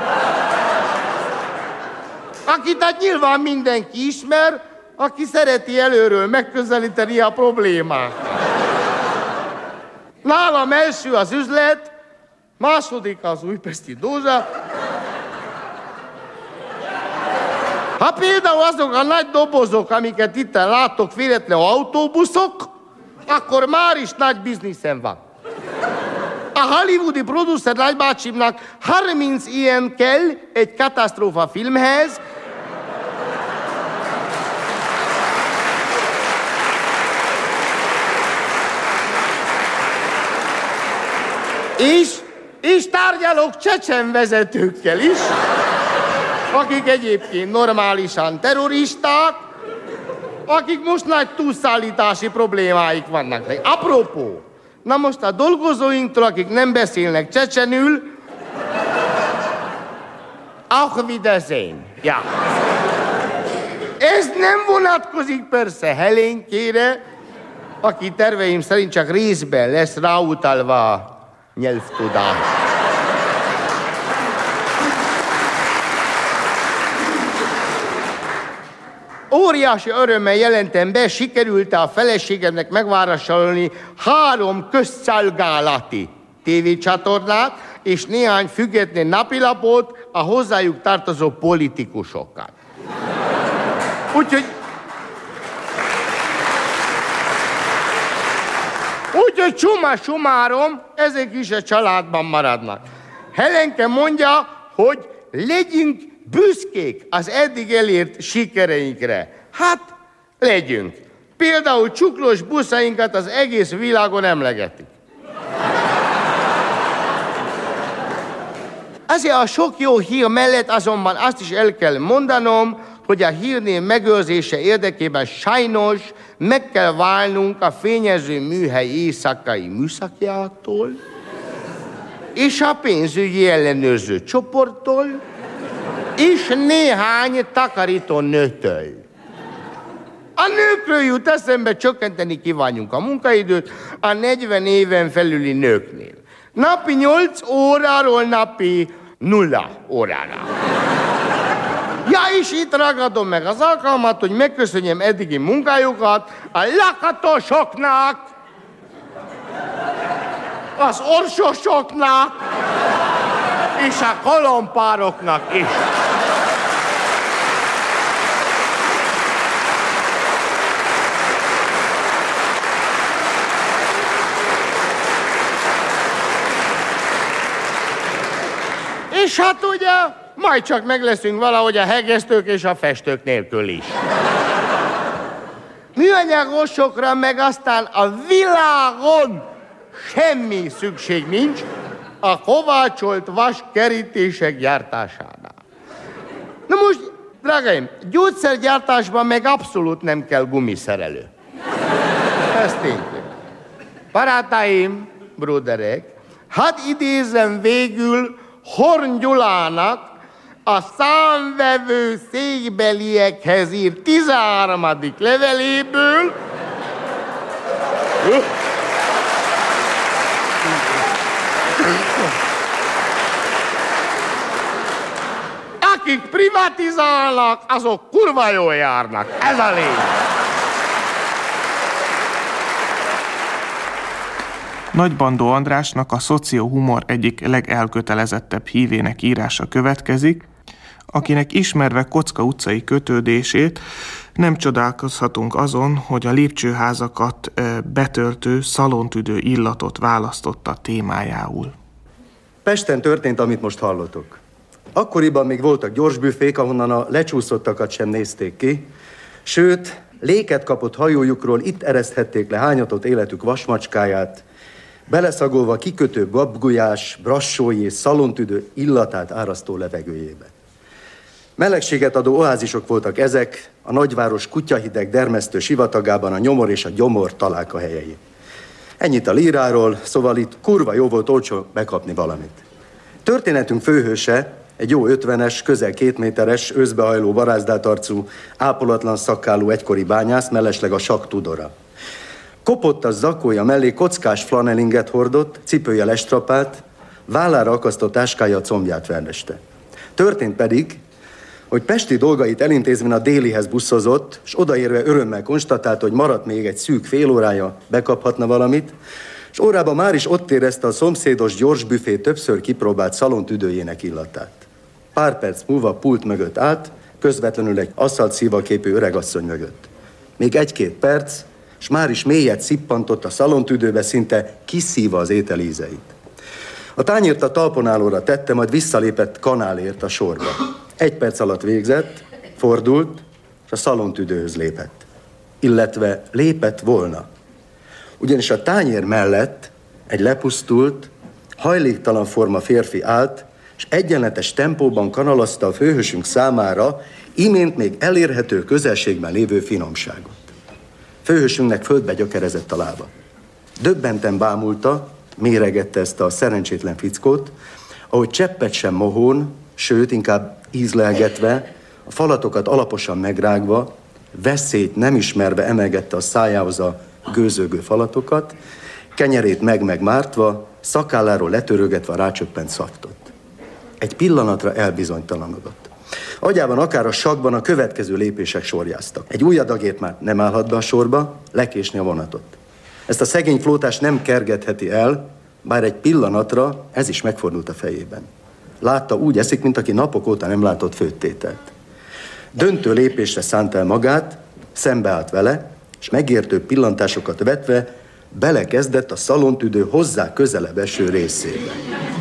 akit hát nyilván mindenki ismer, aki szereti előről megközelíteni a problémát. Nálam első az üzlet, második az újpesti dózsa. Ha például azok a nagy dobozok, amiket itt látok, véletlenül autóbuszok, akkor már is nagy bizniszem van. A hollywoodi producer nagybácsimnak harminc ilyen kell egy katasztrófa filmhez, és, és tárgyalok csecsen vezetőkkel is, akik egyébként normálisan terroristák, akik most nagy túlszállítási problémáik vannak. Apropó, na most a dolgozóinktól, akik nem beszélnek csecsenül, Auf Wiedersehen. Ja. Ez nem vonatkozik persze Helénkére, aki terveim szerint csak részben lesz ráutalva a nyelvtudás. Óriási örömmel jelentem be, sikerült a feleségemnek megvásárolni három közszolgálati tévécsatornát és néhány független napilapot a hozzájuk tartozó politikusokat. Úgyhogy... Úgyhogy csuma sumárom, ezek is a családban maradnak. Helenke mondja, hogy legyünk büszkék az eddig elért sikereinkre. Hát, legyünk. Például csuklós buszainkat az egész világon emlegetik. Azért a sok jó hír mellett azonban azt is el kell mondanom, hogy a hírnév megőrzése érdekében sajnos meg kell válnunk a fényező műhely éjszakai műszakjától, és a pénzügyi ellenőrző csoporttól, és néhány takarító nőtől. A nőkről jut eszembe, csökkenteni kívánjunk a munkaidőt a negyven éven felüli nőknél. Napi nyolc óráról napi nulla órára. Ja, és itt ragadom meg az alkalmat, hogy megköszönjem eddigi munkájukat a lakatosoknak, az orsosoknak és a kolompároknak is. És hát ugye, majd csak meg leszünk valahogy a hegesztők és a festők nélkül is. Műanyagosokra meg aztán a világon semmi szükség nincs a kovácsolt vas kerítések gyártásánál. Na most, drágáim, gyógyszergyártásban meg abszolút nem kell gumiszerelő. Ez tényleg. Barátaim, bruderek, hadd idézem végül Horn Gyulának a számvevő székbeliekhez írt tizenharmadik leveléből, akik privatizálnak, azok kurva jól járnak. Ez a lényeg. Nagybandó Andrásnak a szociohumor egyik legelkötelezettebb hívének írása következik, akinek ismerve Kocka utcai kötődését nem csodálkozhatunk azon, hogy a lépcsőházakat betöltő szalontüdő illatot választotta témájául. Pesten történt, amit most hallotok. Akkoriban még voltak gyorsbüfék, ahonnan a lecsúszottakat sem nézték ki, sőt, léket kapott hajójukról itt ereszthették le hányatott életük vasmacskáját, beleszagolva kikötő gabgulyás, brassói és szalontüdő illatát árasztó levegőjébe. Melegséget adó oázisok voltak ezek, a nagyváros kutyahideg dermesztő sivatagában a nyomor és a gyomor találkahelyei. Ennyit a líráról, szóval itt kurva jó volt olcsó bekapni valamit. Történetünk főhőse egy jó ötvenes, közel két méteres, őszbehajló, barázdált arcú, ápolatlan szakkálú egykori bányász, mellesleg a Sak Tudora. Kopottas zakója mellé kockás flanelinget hordott, cipője lestrapált, vállára akasztott táskája a combját verneste. Történt pedig, hogy pesti dolgait elintézvén a Délihez buszozott, és odaérve örömmel konstatálta, hogy maradt még egy szűk fél órája, bekaphatna valamit, és órában már is ott érezte a szomszédos gyorsbüfé többször kipróbált szalontüdőjének illatát. Pár perc múlva pult mögött állt, közvetlenül egy aszalt szívaképű öregasszony mögött. Még egy-két perc, és már is mélyet szippantott a szalontüdőbe, szinte kiszívva az étel ízeit. A tányért a talponálóra tette, majd visszalépett kanálért a sorba. Egy perc alatt végzett, fordult, és a szalontüdőhöz lépett. Illetve lépett volna. Ugyanis a tányér mellett egy lepusztult, hajléktalan forma férfi állt, és egyenletes tempóban kanalazta a főhősünk számára imént még elérhető közelségben lévő finomságot. Főhősünknek földbe gyökerezett a lába. Döbbenten bámulta, méregette ezt a szerencsétlen fickót, ahogy cseppet sem mohón, sőt, inkább ízlelgetve, a falatokat alaposan megrágva, veszélyt nem ismerve emelgette a szájához a gőzögő falatokat, kenyerét meg-meg mártva, szakálláról letörögetve a rácsöppent szaftot. Egy pillanatra elbizonytalanodott. Agyában akár a sakban a következő lépések sorjáztak. Egy új adagért már nem állhat be a sorba, lekésni a vonatot. Ezt a szegény flótást nem kergetheti el, bár egy pillanatra ez is megfordult a fejében. Látta, úgy eszik, mint aki napok óta nem látott főttételt. Döntő lépésre szánt el magát, szembeállt vele, és megértő pillantásokat vetve belekezdett a szalontüdő hozzá közelebb eső részébe.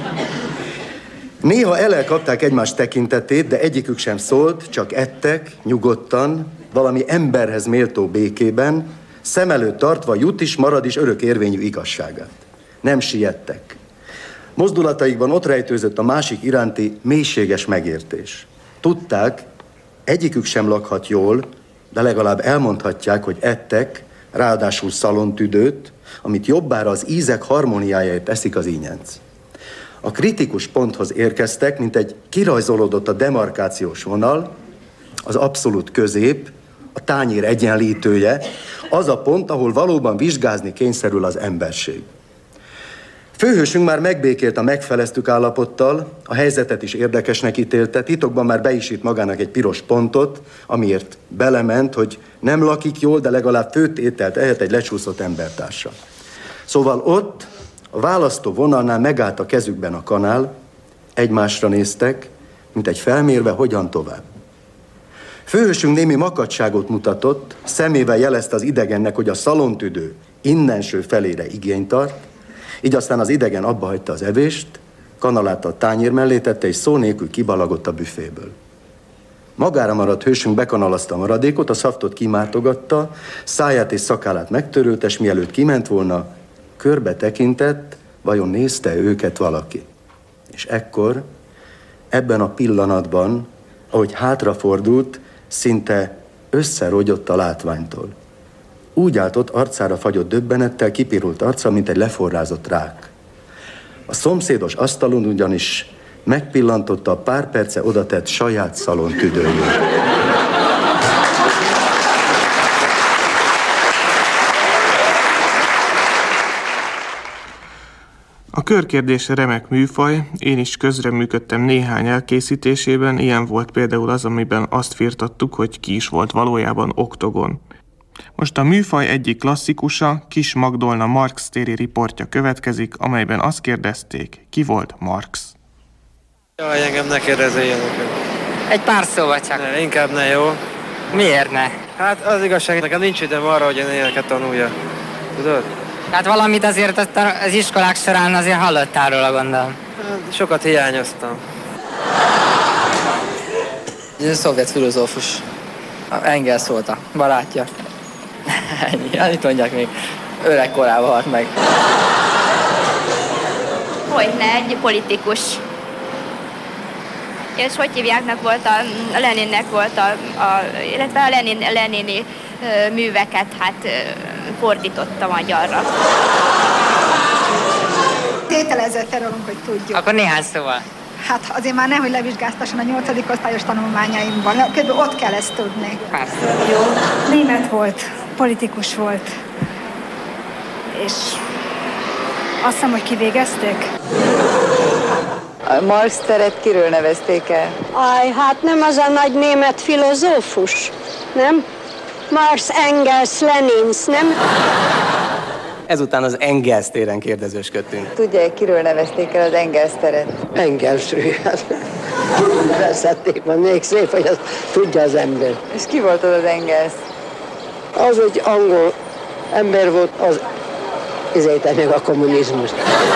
Néha elelkapták egymás tekintetét, de egyikük sem szólt, csak ettek, nyugodtan, valami emberhez méltó békében, szem előtt tartva jut is, marad is örök érvényű igazságát. Nem siettek. Mozdulataikban ott rejtőzött a másik iránti mélységes megértés. Tudták, egyikük sem lakhat jól, de legalább elmondhatják, hogy ettek, ráadásul szalontüdőt, amit jobbára az ízek harmóniájáért eszik az ínyenc. A kritikus ponthoz érkeztek, mint egy kirajzolódott a demarkációs vonal, az abszolút közép, a tányér egyenlítője, az a pont, ahol valóban vizsgázni kényszerül az emberség. Főhősünk már megbékélt a megfeleztük állapottal, a helyzetet is érdekesnek ítélte, titokban már be is írt magának egy piros pontot, amiért belement, hogy nem lakik jól, de legalább főtt ételt ehet egy lecsúszott embertársa. Szóval ott, a választó vonalnál megállt a kezükben a kanál, egymásra néztek, mint egy felmérve, hogyan tovább. Főhősünk némi makadságot mutatott, szemével jelezte az idegennek, hogy a szalontüdő innenső felére igényt tart, így aztán az idegen abba hagyta az evést, kanalát a tányér mellé tette, és szó nélkül kibalagott a büféből. Magára maradt hősünk bekanalazta a maradékot, a szaftot kimártogatta, száját és szakállát megtörölte, és mielőtt kiment volna, körbe tekintett, vajon nézte őket valaki. És ekkor, ebben a pillanatban, ahogy hátrafordult, szinte összerogyott a látványtól. Úgy állt ott arcára fagyott döbbenettel, kipirult arca, mint egy leforrázott rák. A szomszédos asztalon ugyanis megpillantotta a pár perce odatett saját szalon tüdőjét. A körkérdés remek műfaj, én is közreműködtem néhány elkészítésében, ilyen volt például az, amiben azt firtattuk, hogy ki is volt valójában Oktogon. Most a műfaj egyik klasszikusa, Kis Magdolna Marx téri riportja következik, amelyben azt kérdezték, ki volt Marx. Jaj, engem ne kérdezzél ilyeneket. Egy pár szóval csak. Ne, inkább ne, jó? Miért ne? Hát az igazság, nekem nincs időm arra, hogy én ilyeneket tanulja. Tudod? Hát valamit azért az iskolák során azért hallottál róla, gondolom. Hát, sokat hiányoztam. Ez szovjet filozófus. Engels volt a barátja. Ennyi, annyit mondják még. Öreg korában halt meg. Hogyne, egy politikus. És hogy hívjáknak volt a, a Leninnek volt a, a illetve a Lenin, lenini ö, műveket hát ö, fordította magyarra. Tételezett rólunk, hogy tudjuk. Akkor néhány szóval. Hát azért már nehogy levizsgáztasson a nyolcadik osztályos tanulmányaimban. Körülbelül ott kell ezt tudni. Persze. Jó. Német volt, politikus volt. És azt hiszem, hogy kivégezték. A Marx teret kiről nevezték el? Aj, hát nem az a nagy német filozófus, nem? Marx, Engels, Lenins, nem? Ezután az Engels téren kérdezősködtünk. Tudja, kiről nevezték el az Engels teret? Engelsről. Veszették, mert még szép, hogy azt tudja az ember. És ki volt az az Engels? Az egy angol ember volt, az izélte meg a kommunizmust.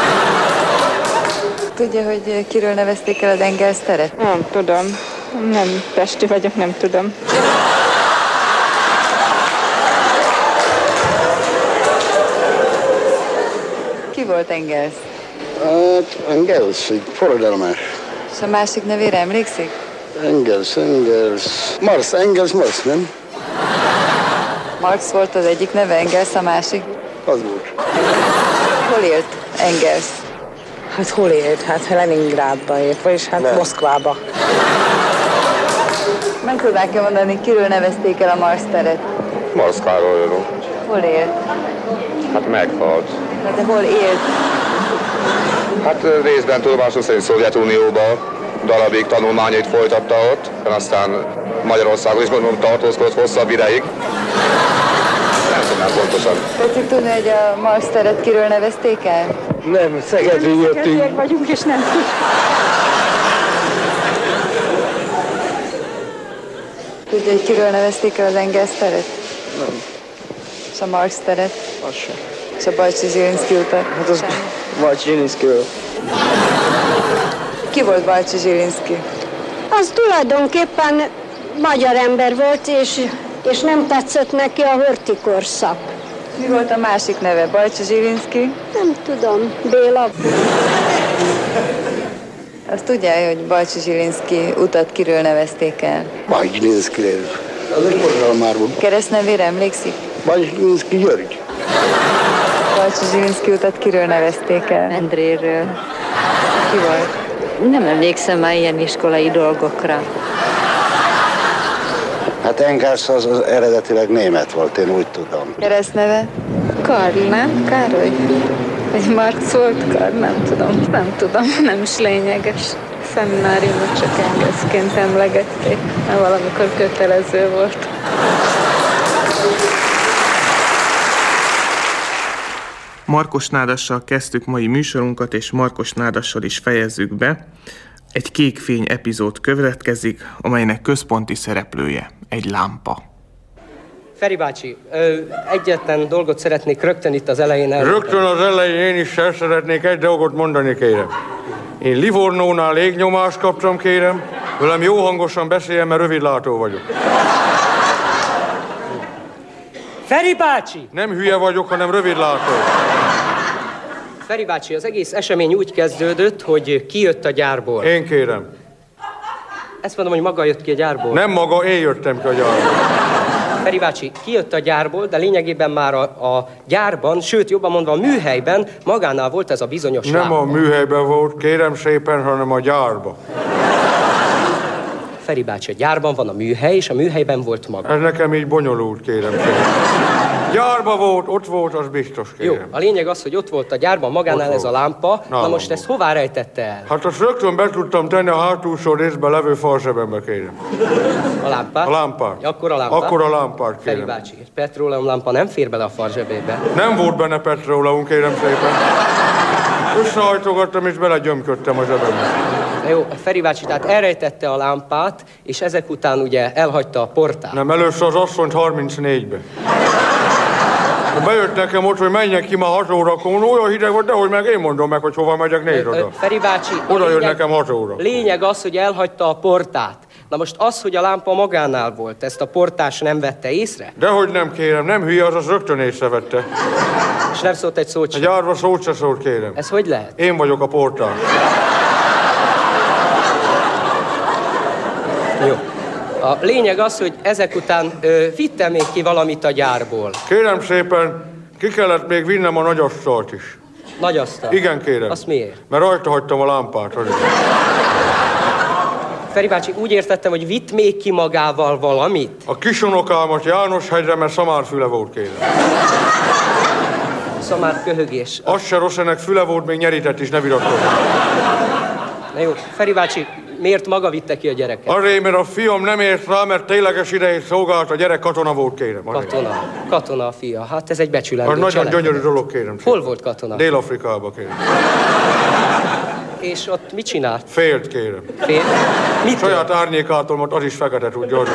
Tudja, hogy kiről nevezték el az Engels teret? Nem tudom. Nem pesti vagyok, nem tudom. Ki volt Engels? Hát Engels, egy forradalmás. És a másik nevére emlékszik? Engels, Engels... Marx, Engels, Marx, nem? Marx volt az egyik neve, Engels a másik? Az volt. Hol élt Engels? Hát hol élt? Hát Leningrádba élt, vagyis hát Nem. Moszkvába. Meg tudnák-e mondani, kiről nevezték el a Marx teret? Marx Károlyról. Hol élt? Hát meghalt. Hát de hol élt? Hát részben tudomásom szerint Szovjetunióban darabig tanulmányait folytatta ott, aztán Magyarországon is gondolom tartózkodott hosszabb ideig. Nem tudnám pontosan. Tetszik tudni, hogy a Marx teret kiről nevezték el? Nem, Szegedről jöttünk. Szegediek vagyunk, és nem tudjuk. Tudja, hogy kiről nevezték el az Engels teret? Nem. És a Marx teret? Az sem. És a Bajcsy-Zsilinszky utat? Hát az Bajcsy-Zsilinszkyről. Ki volt Bajcsy-Zsilinszky? Az tulajdonképpen magyar ember volt, és, és nem tetszett neki a hörti korszak. Mi volt a másik neve? Bajcsy-Zsilinszky? Nem tudom, Béla. Azt tudja, hogy Bajcsy-Zsilinszky utat kiről nevezték el? Bajcsy-Zsilinszkyről. Az egy forradalmár volt. Keresztnevére emlékszik? Bajcsy-Zsilinszky György. Bajcsy-Zsilinszky utat kiről nevezték el? Endréről. Ki volt? Nem emlékszem már ilyen iskolai dolgokra. Hát Engels az, az eredetileg német volt, én úgy tudom. Keresztneve? Karl, nem? Károly? Vagy Marx volt Karl? Nem tudom. Nem tudom, nem is lényeges. Szemináriumot csak Engelsként emlegették, mert valamikor kötelező volt. Markos Nádassal kezdtük mai műsorunkat, és Markos Nádassal is fejezzük be. Egy kék fény epizód következik, amelynek központi szereplője egy lámpa. Feri bácsi, ö, egyetlen dolgot szeretnék rögtön itt az elején el... Rögtön az elején én is el szeretnék egy dolgot mondani, kérem. Én Livornónál légnyomást kaptam, kérem. Velem jó hangosan beszéljen, mert rövidlátó vagyok. Feri bácsi! Nem hülye vagyok, hanem rövidlátó. Feri bácsi, az egész esemény úgy kezdődött, hogy kijött a gyárból. Én kérem. Ezt mondom, hogy maga jött ki a gyárból. Nem maga, én jöttem ki a gyárból. Feri bácsi, kijött a gyárból, de lényegében már a, a gyárban, sőt, jobban mondva a műhelyben magánál volt ez a bizonyos Nem lámpa. a műhelyben volt, kérem szépen, hanem a gyárba. Feri bácsi, a gyárban van a műhely, és a műhelyben volt maga. Ez nekem így bonyolult, kérem szépen. Gyárba volt, ott volt, az biztos, kérem. Jó, a lényeg az, hogy ott volt a gyárban magánál Ott ez volt. a lámpa, na, na most volt. ezt hová rejtette el? Hát azt rögtön be tudtam tenni a hátulsó részbe levő falzsebembe, kérem. A lámpát? A lámpát. Ja, akkor a lámpát? Akkor a lámpát, kérem. Feri bácsi, egy petróleumlámpa nem fér bele a farzsebébe. Nem volt benne petróleum, kérem szépen. Összehajtogattam és belegyömködtem a zsebembe. Na jó, Feri bácsi, tehát elrejtette a lámpát, és ezek után ugye elhagyta a portát. Nem, először az asszonyt harmincnégybe. Bejött nekem ott, hogy menjek ki már hat órakor, olyan hideg volt, de hogy meg én mondom meg, hogy hova megyek, négy oda. Feri bácsi, oda jön lényeg, nekem hat óra. Lényeg az, hogy elhagyta a portát. Na most az, hogy a lámpa magánál volt, ezt a portás nem vette észre? Dehogy nem, kérem, nem hülye, az az rögtön észrevette. És nem szólt egy szót sem? Egy árva szót se szólt, kérem. Ez hogy lehet? Én vagyok a portás. Jó. A lényeg az, hogy ezek után ö, vitte még ki valamit a gyárból. Kérem szépen, ki kellett még vinnem a nagyasztalt is. Nagyasztal? Igen, kérem. Azt miért? Mert rajta hagytam a lámpát. Azért. Feri bácsi, úgy értettem, hogy vitt még ki magával valamit? A kisonokámat Jánoshegyre, mert szamárfüle volt, kérem. Szamár köhögés. Az se rossz, ennek füle volt, még nyerített is, ne viratkozni. Na jó, Feri bácsi, miért maga vitte ki a gyereket? Azért, mert a fiam nem ért rá, mert tényleges idejét szolgált, a gyerek katona volt, kérem. Azért. Katona. Katona a fia. Hát ez egy becsülendő Az nagyon cselekmény. gyönyörű dolog, kérem. Hol volt katona? Dél-Afrikában, kérem. És ott mit csinált? Félt, kérem. Fél? Mit? Saját árnyékától, az is fekete tud, gyorsan.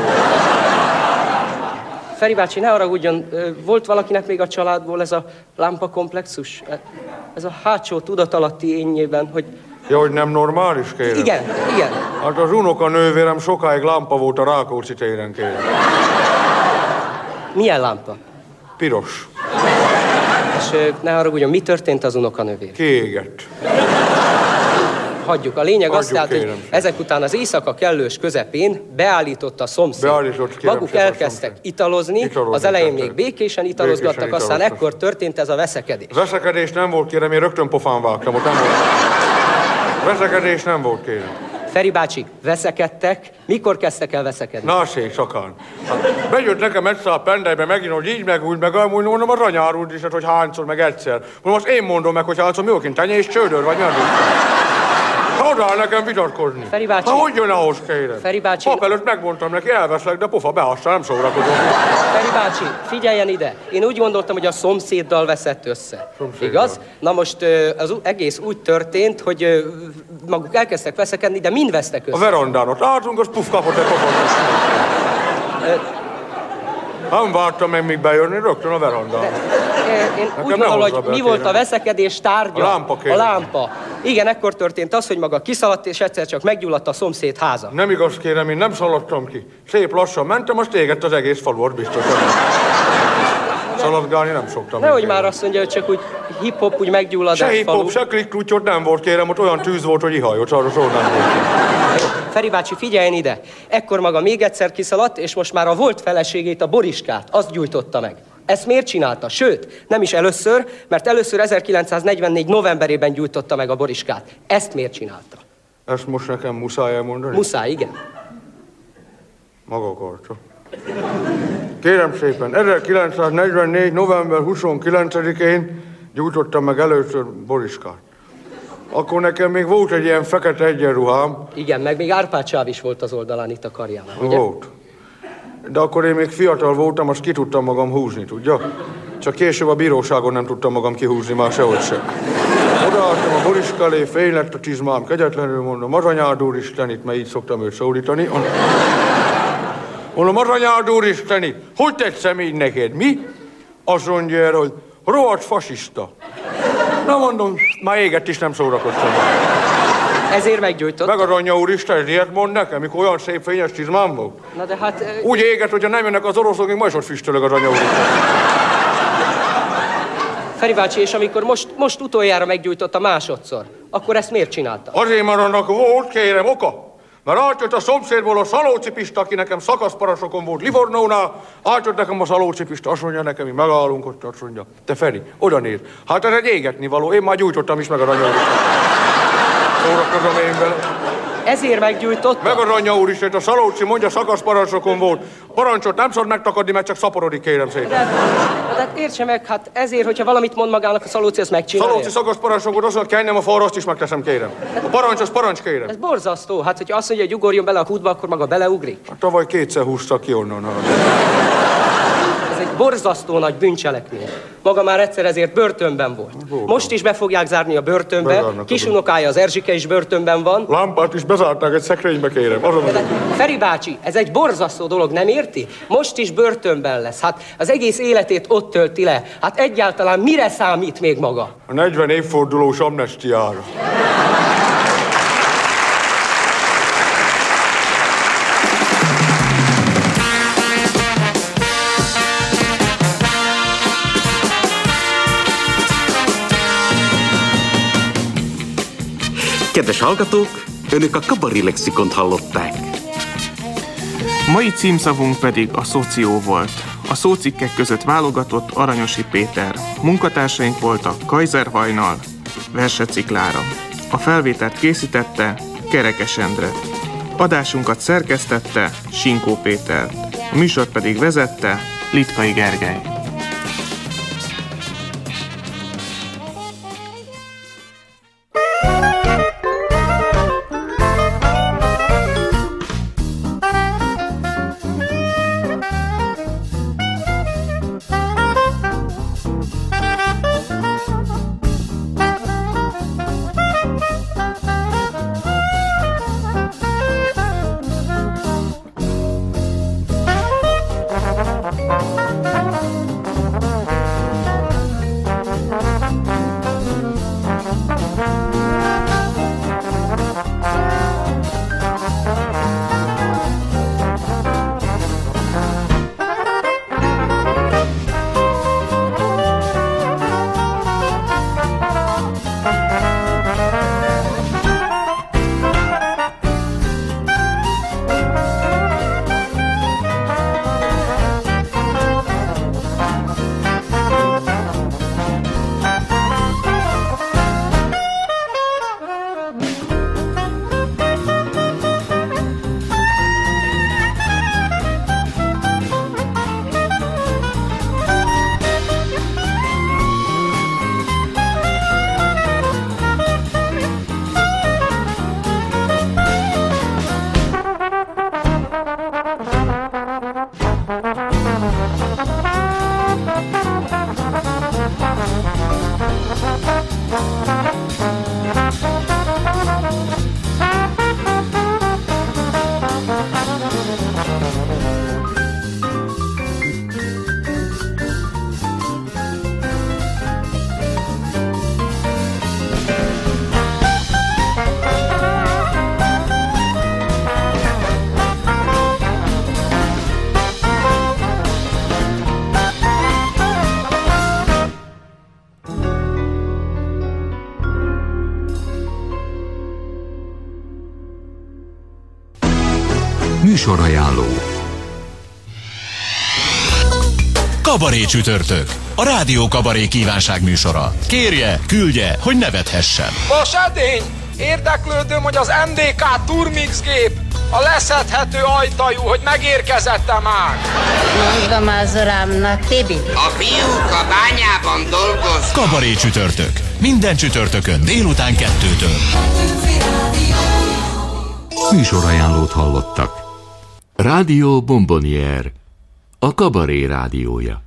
Feri bácsi, ne haragudjon, volt valakinek még a családból ez a lámpakomplexus? Ez a hátsó tudatalatti énjében, hogy... Ja, hogy nem normális, kérem? Igen, igen. Hát az unokanővérem sokáig lámpa volt a Rákóczi téren, kérem. Milyen lámpa? Piros. És ne haragudjon, mi történt az unokanővér? Kiégett. Hagyjuk. A lényeg Hagyjuk, az, tehát, hogy kérem. ezek után az éjszaka kellős közepén beállított a szomszéd. Beállított, kérem, Maguk szépen, elkezdtek szomszéd. italozni, Italozni az elején kezdtek. még békésen italozgattak, Békésen aztán italoztak. ekkor történt ez a veszekedés. Veszekedés nem volt, kérem, én rögtön pofán vágtam, ott nem volt. Veszekedés nem volt, kérem. Feri bácsi, veszekedtek. Mikor kezdtek el veszekedni? Na, szép, szakán. Hát, bejött nekem egyszer a pendelybe megint, hogy így, meg úgy, meg amúgy, mondom, az anyárúd is, hogy hányszor, meg egyszer. Mondom, most én mondom meg, hogy hányszor, mi oként, tenyész csődör, vagy mi az? Odaáll nekem vitatkozni. Feri bácsi. Na, hogy jön ahhoz, kérem? Feri bácsi. Pap előtt megmondtam neki, elveszlek, de pofa, behassal, nem szórakozom. Feri bácsi, figyeljen ide. Én úgy gondoltam, hogy a szomszéddal veszett össze. Szomszéddal. Igaz? Na most ö, az u- egész úgy történt, hogy ö, maguk elkezdtek veszekedni, de mind vesztek A össze. verandán ott álltunk, az puf kapott egy pofon. Nem vártam meg, míg bejönni, rögtön a verandán. Én Nekem úgy ne gondolom, hozza hogy be, mi kérem. volt a veszekedés tárgya? A lámpa, kérem. A lámpa. Igen, ekkor történt az, hogy maga kiszaladt, és egyszer csak meggyulladt a szomszéd háza. Nem igaz, kérem, én nem szaladtam ki. Szép lassan mentem, azt égett az egész falu, ott biztos. Szaladgálni nem szoktam. Nehogy kérem. már azt mondja, hogy csak úgy hip-hop úgy meggyullad Se egy falu. hip-hop, se klikklútyot nem volt, kérem, ott olyan tűz volt, hogy ihajott, arra szó nem volt. Feri bácsi, figyeljen ide! Ekkor maga még egyszer kiszaladt, és most már a volt feleségét, a Boriskát, azt gyújtotta meg. Ezt miért csinálta? Sőt, nem is először, mert először ezerkilencszáznegyvennégy novemberében gyújtotta meg a Boriskát. Ezt miért csinálta? Ezt most nekem muszáj elmondani? Muszáj, igen. Maga akarta. Kérem szépen, ezerkilencszáznegyvennégy. november huszonkilencedikén gyújtottam meg először Boriskát. Akkor nekem még volt egy ilyen fekete egyenruhám. Igen, meg még Árpád sáv is volt az oldalán itt a karjánál, ugye? Volt. De akkor én még fiatal voltam, azt ki tudtam magam húzni, tudja? Csak később a bíróságon nem tudtam magam kihúzni, már sehogy sem. Odaálltam a Boriska elé, fény lett a csizmám, kegyetlenül mondom, aranyád úristenit, mert így szoktam őt szólítani. Mondom, aranyád úristenit, hogy tetszem így neked, mi? Azt mondja erre, hogy rohadt fasiszta. Na mondom, már éget is nem szórakoztam. Ezért meggyújtott. Meg az anyja úristen, ez ilyet mond nekem, mikor olyan szép fényes csizmám volt? Na de hát... Úgy éget, hogyha nem jönnek az oroszok, még ma is ott füstölög az anyja úristen. Feri bácsi, és amikor most, most utoljára meggyújtotta másodszor, akkor ezt miért csinálta? Azért, mert annak volt, kérem, oka. Mert átjött a szomszédból a Szalóci Pista, aki nekem szakaszparasokon volt Livornónál, átjött nekem a Szalóci Pista, azt mondja nekem, mi megállunk ott, azt mondja, te Feri, oda nézd. Hát ez egy égetni való, én már gyújtottam is meg az anyja úristen. Szórakozom én vele. Ezért meggyújtott? Meg az anyja úristen, a Szalóci mondja, szakaszparasokon volt. Parancsot nem szabad megtakadni, mert csak szaporodik, kérem szépen. De, de hát értse meg, hát ezért, hogyha valamit mond magának a Szalóci, azt megcsinálja. Szalóci szakaszparasokon, azt mondja, kennem a falra, azt is megteszem, kérem. A parancs, az parancs, kérem. Ez borzasztó, hát hogyha azt mondja, hogy ugorjon bele a kútba, akkor maga beleugrik. Hát tavaly kétszer húzta ki onnan. Ez egy borzasztó nagy bűncselekmény. Maga már egyszer ezért börtönben volt. Voltam. Most is be fogják zárni a börtönbe. Bezárnak Kisunokája, az Erzsike is börtönben van. Lámpát is bezárták egy szekrénybe, kérem. Azon De, Feri bácsi, ez egy borzasztó dolog, nem érti? Most is börtönben lesz. Hát az egész életét ott tölti le. Hát egyáltalán mire számít még maga? A negyven évfordulós amnestiára. Kedves hallgatók, önök a Kabaré Lexikont hallották. Mai címszavunk pedig a szoció volt. A szócikkek között válogatott Aranyosi Péter. Munkatársaink voltak Kaiser Hajnal, Verseci Klára. A felvételt készítette Kerekes Endre. Adásunkat szerkesztette Sinkó Péter. A műsort pedig vezette Litkai Gergely. Műsorajánló. Kabaré csütörtök. A Rádió Kabaré kívánság műsora. Kérje, küldje, hogy nevethessen. Vas edény! Érdeklődöm, hogy az em dé ká Turmix gép, a leszedhető ajtajú, hogy megérkezett-e már? Mondom az uramnak, Tibi. A fiúk a bányában dolgoznak. Kabaré csütörtök. Minden csütörtökön délután kettőtől. Műsorajánlót hallottak. Rádió Bombonier, a Kabaré rádiója.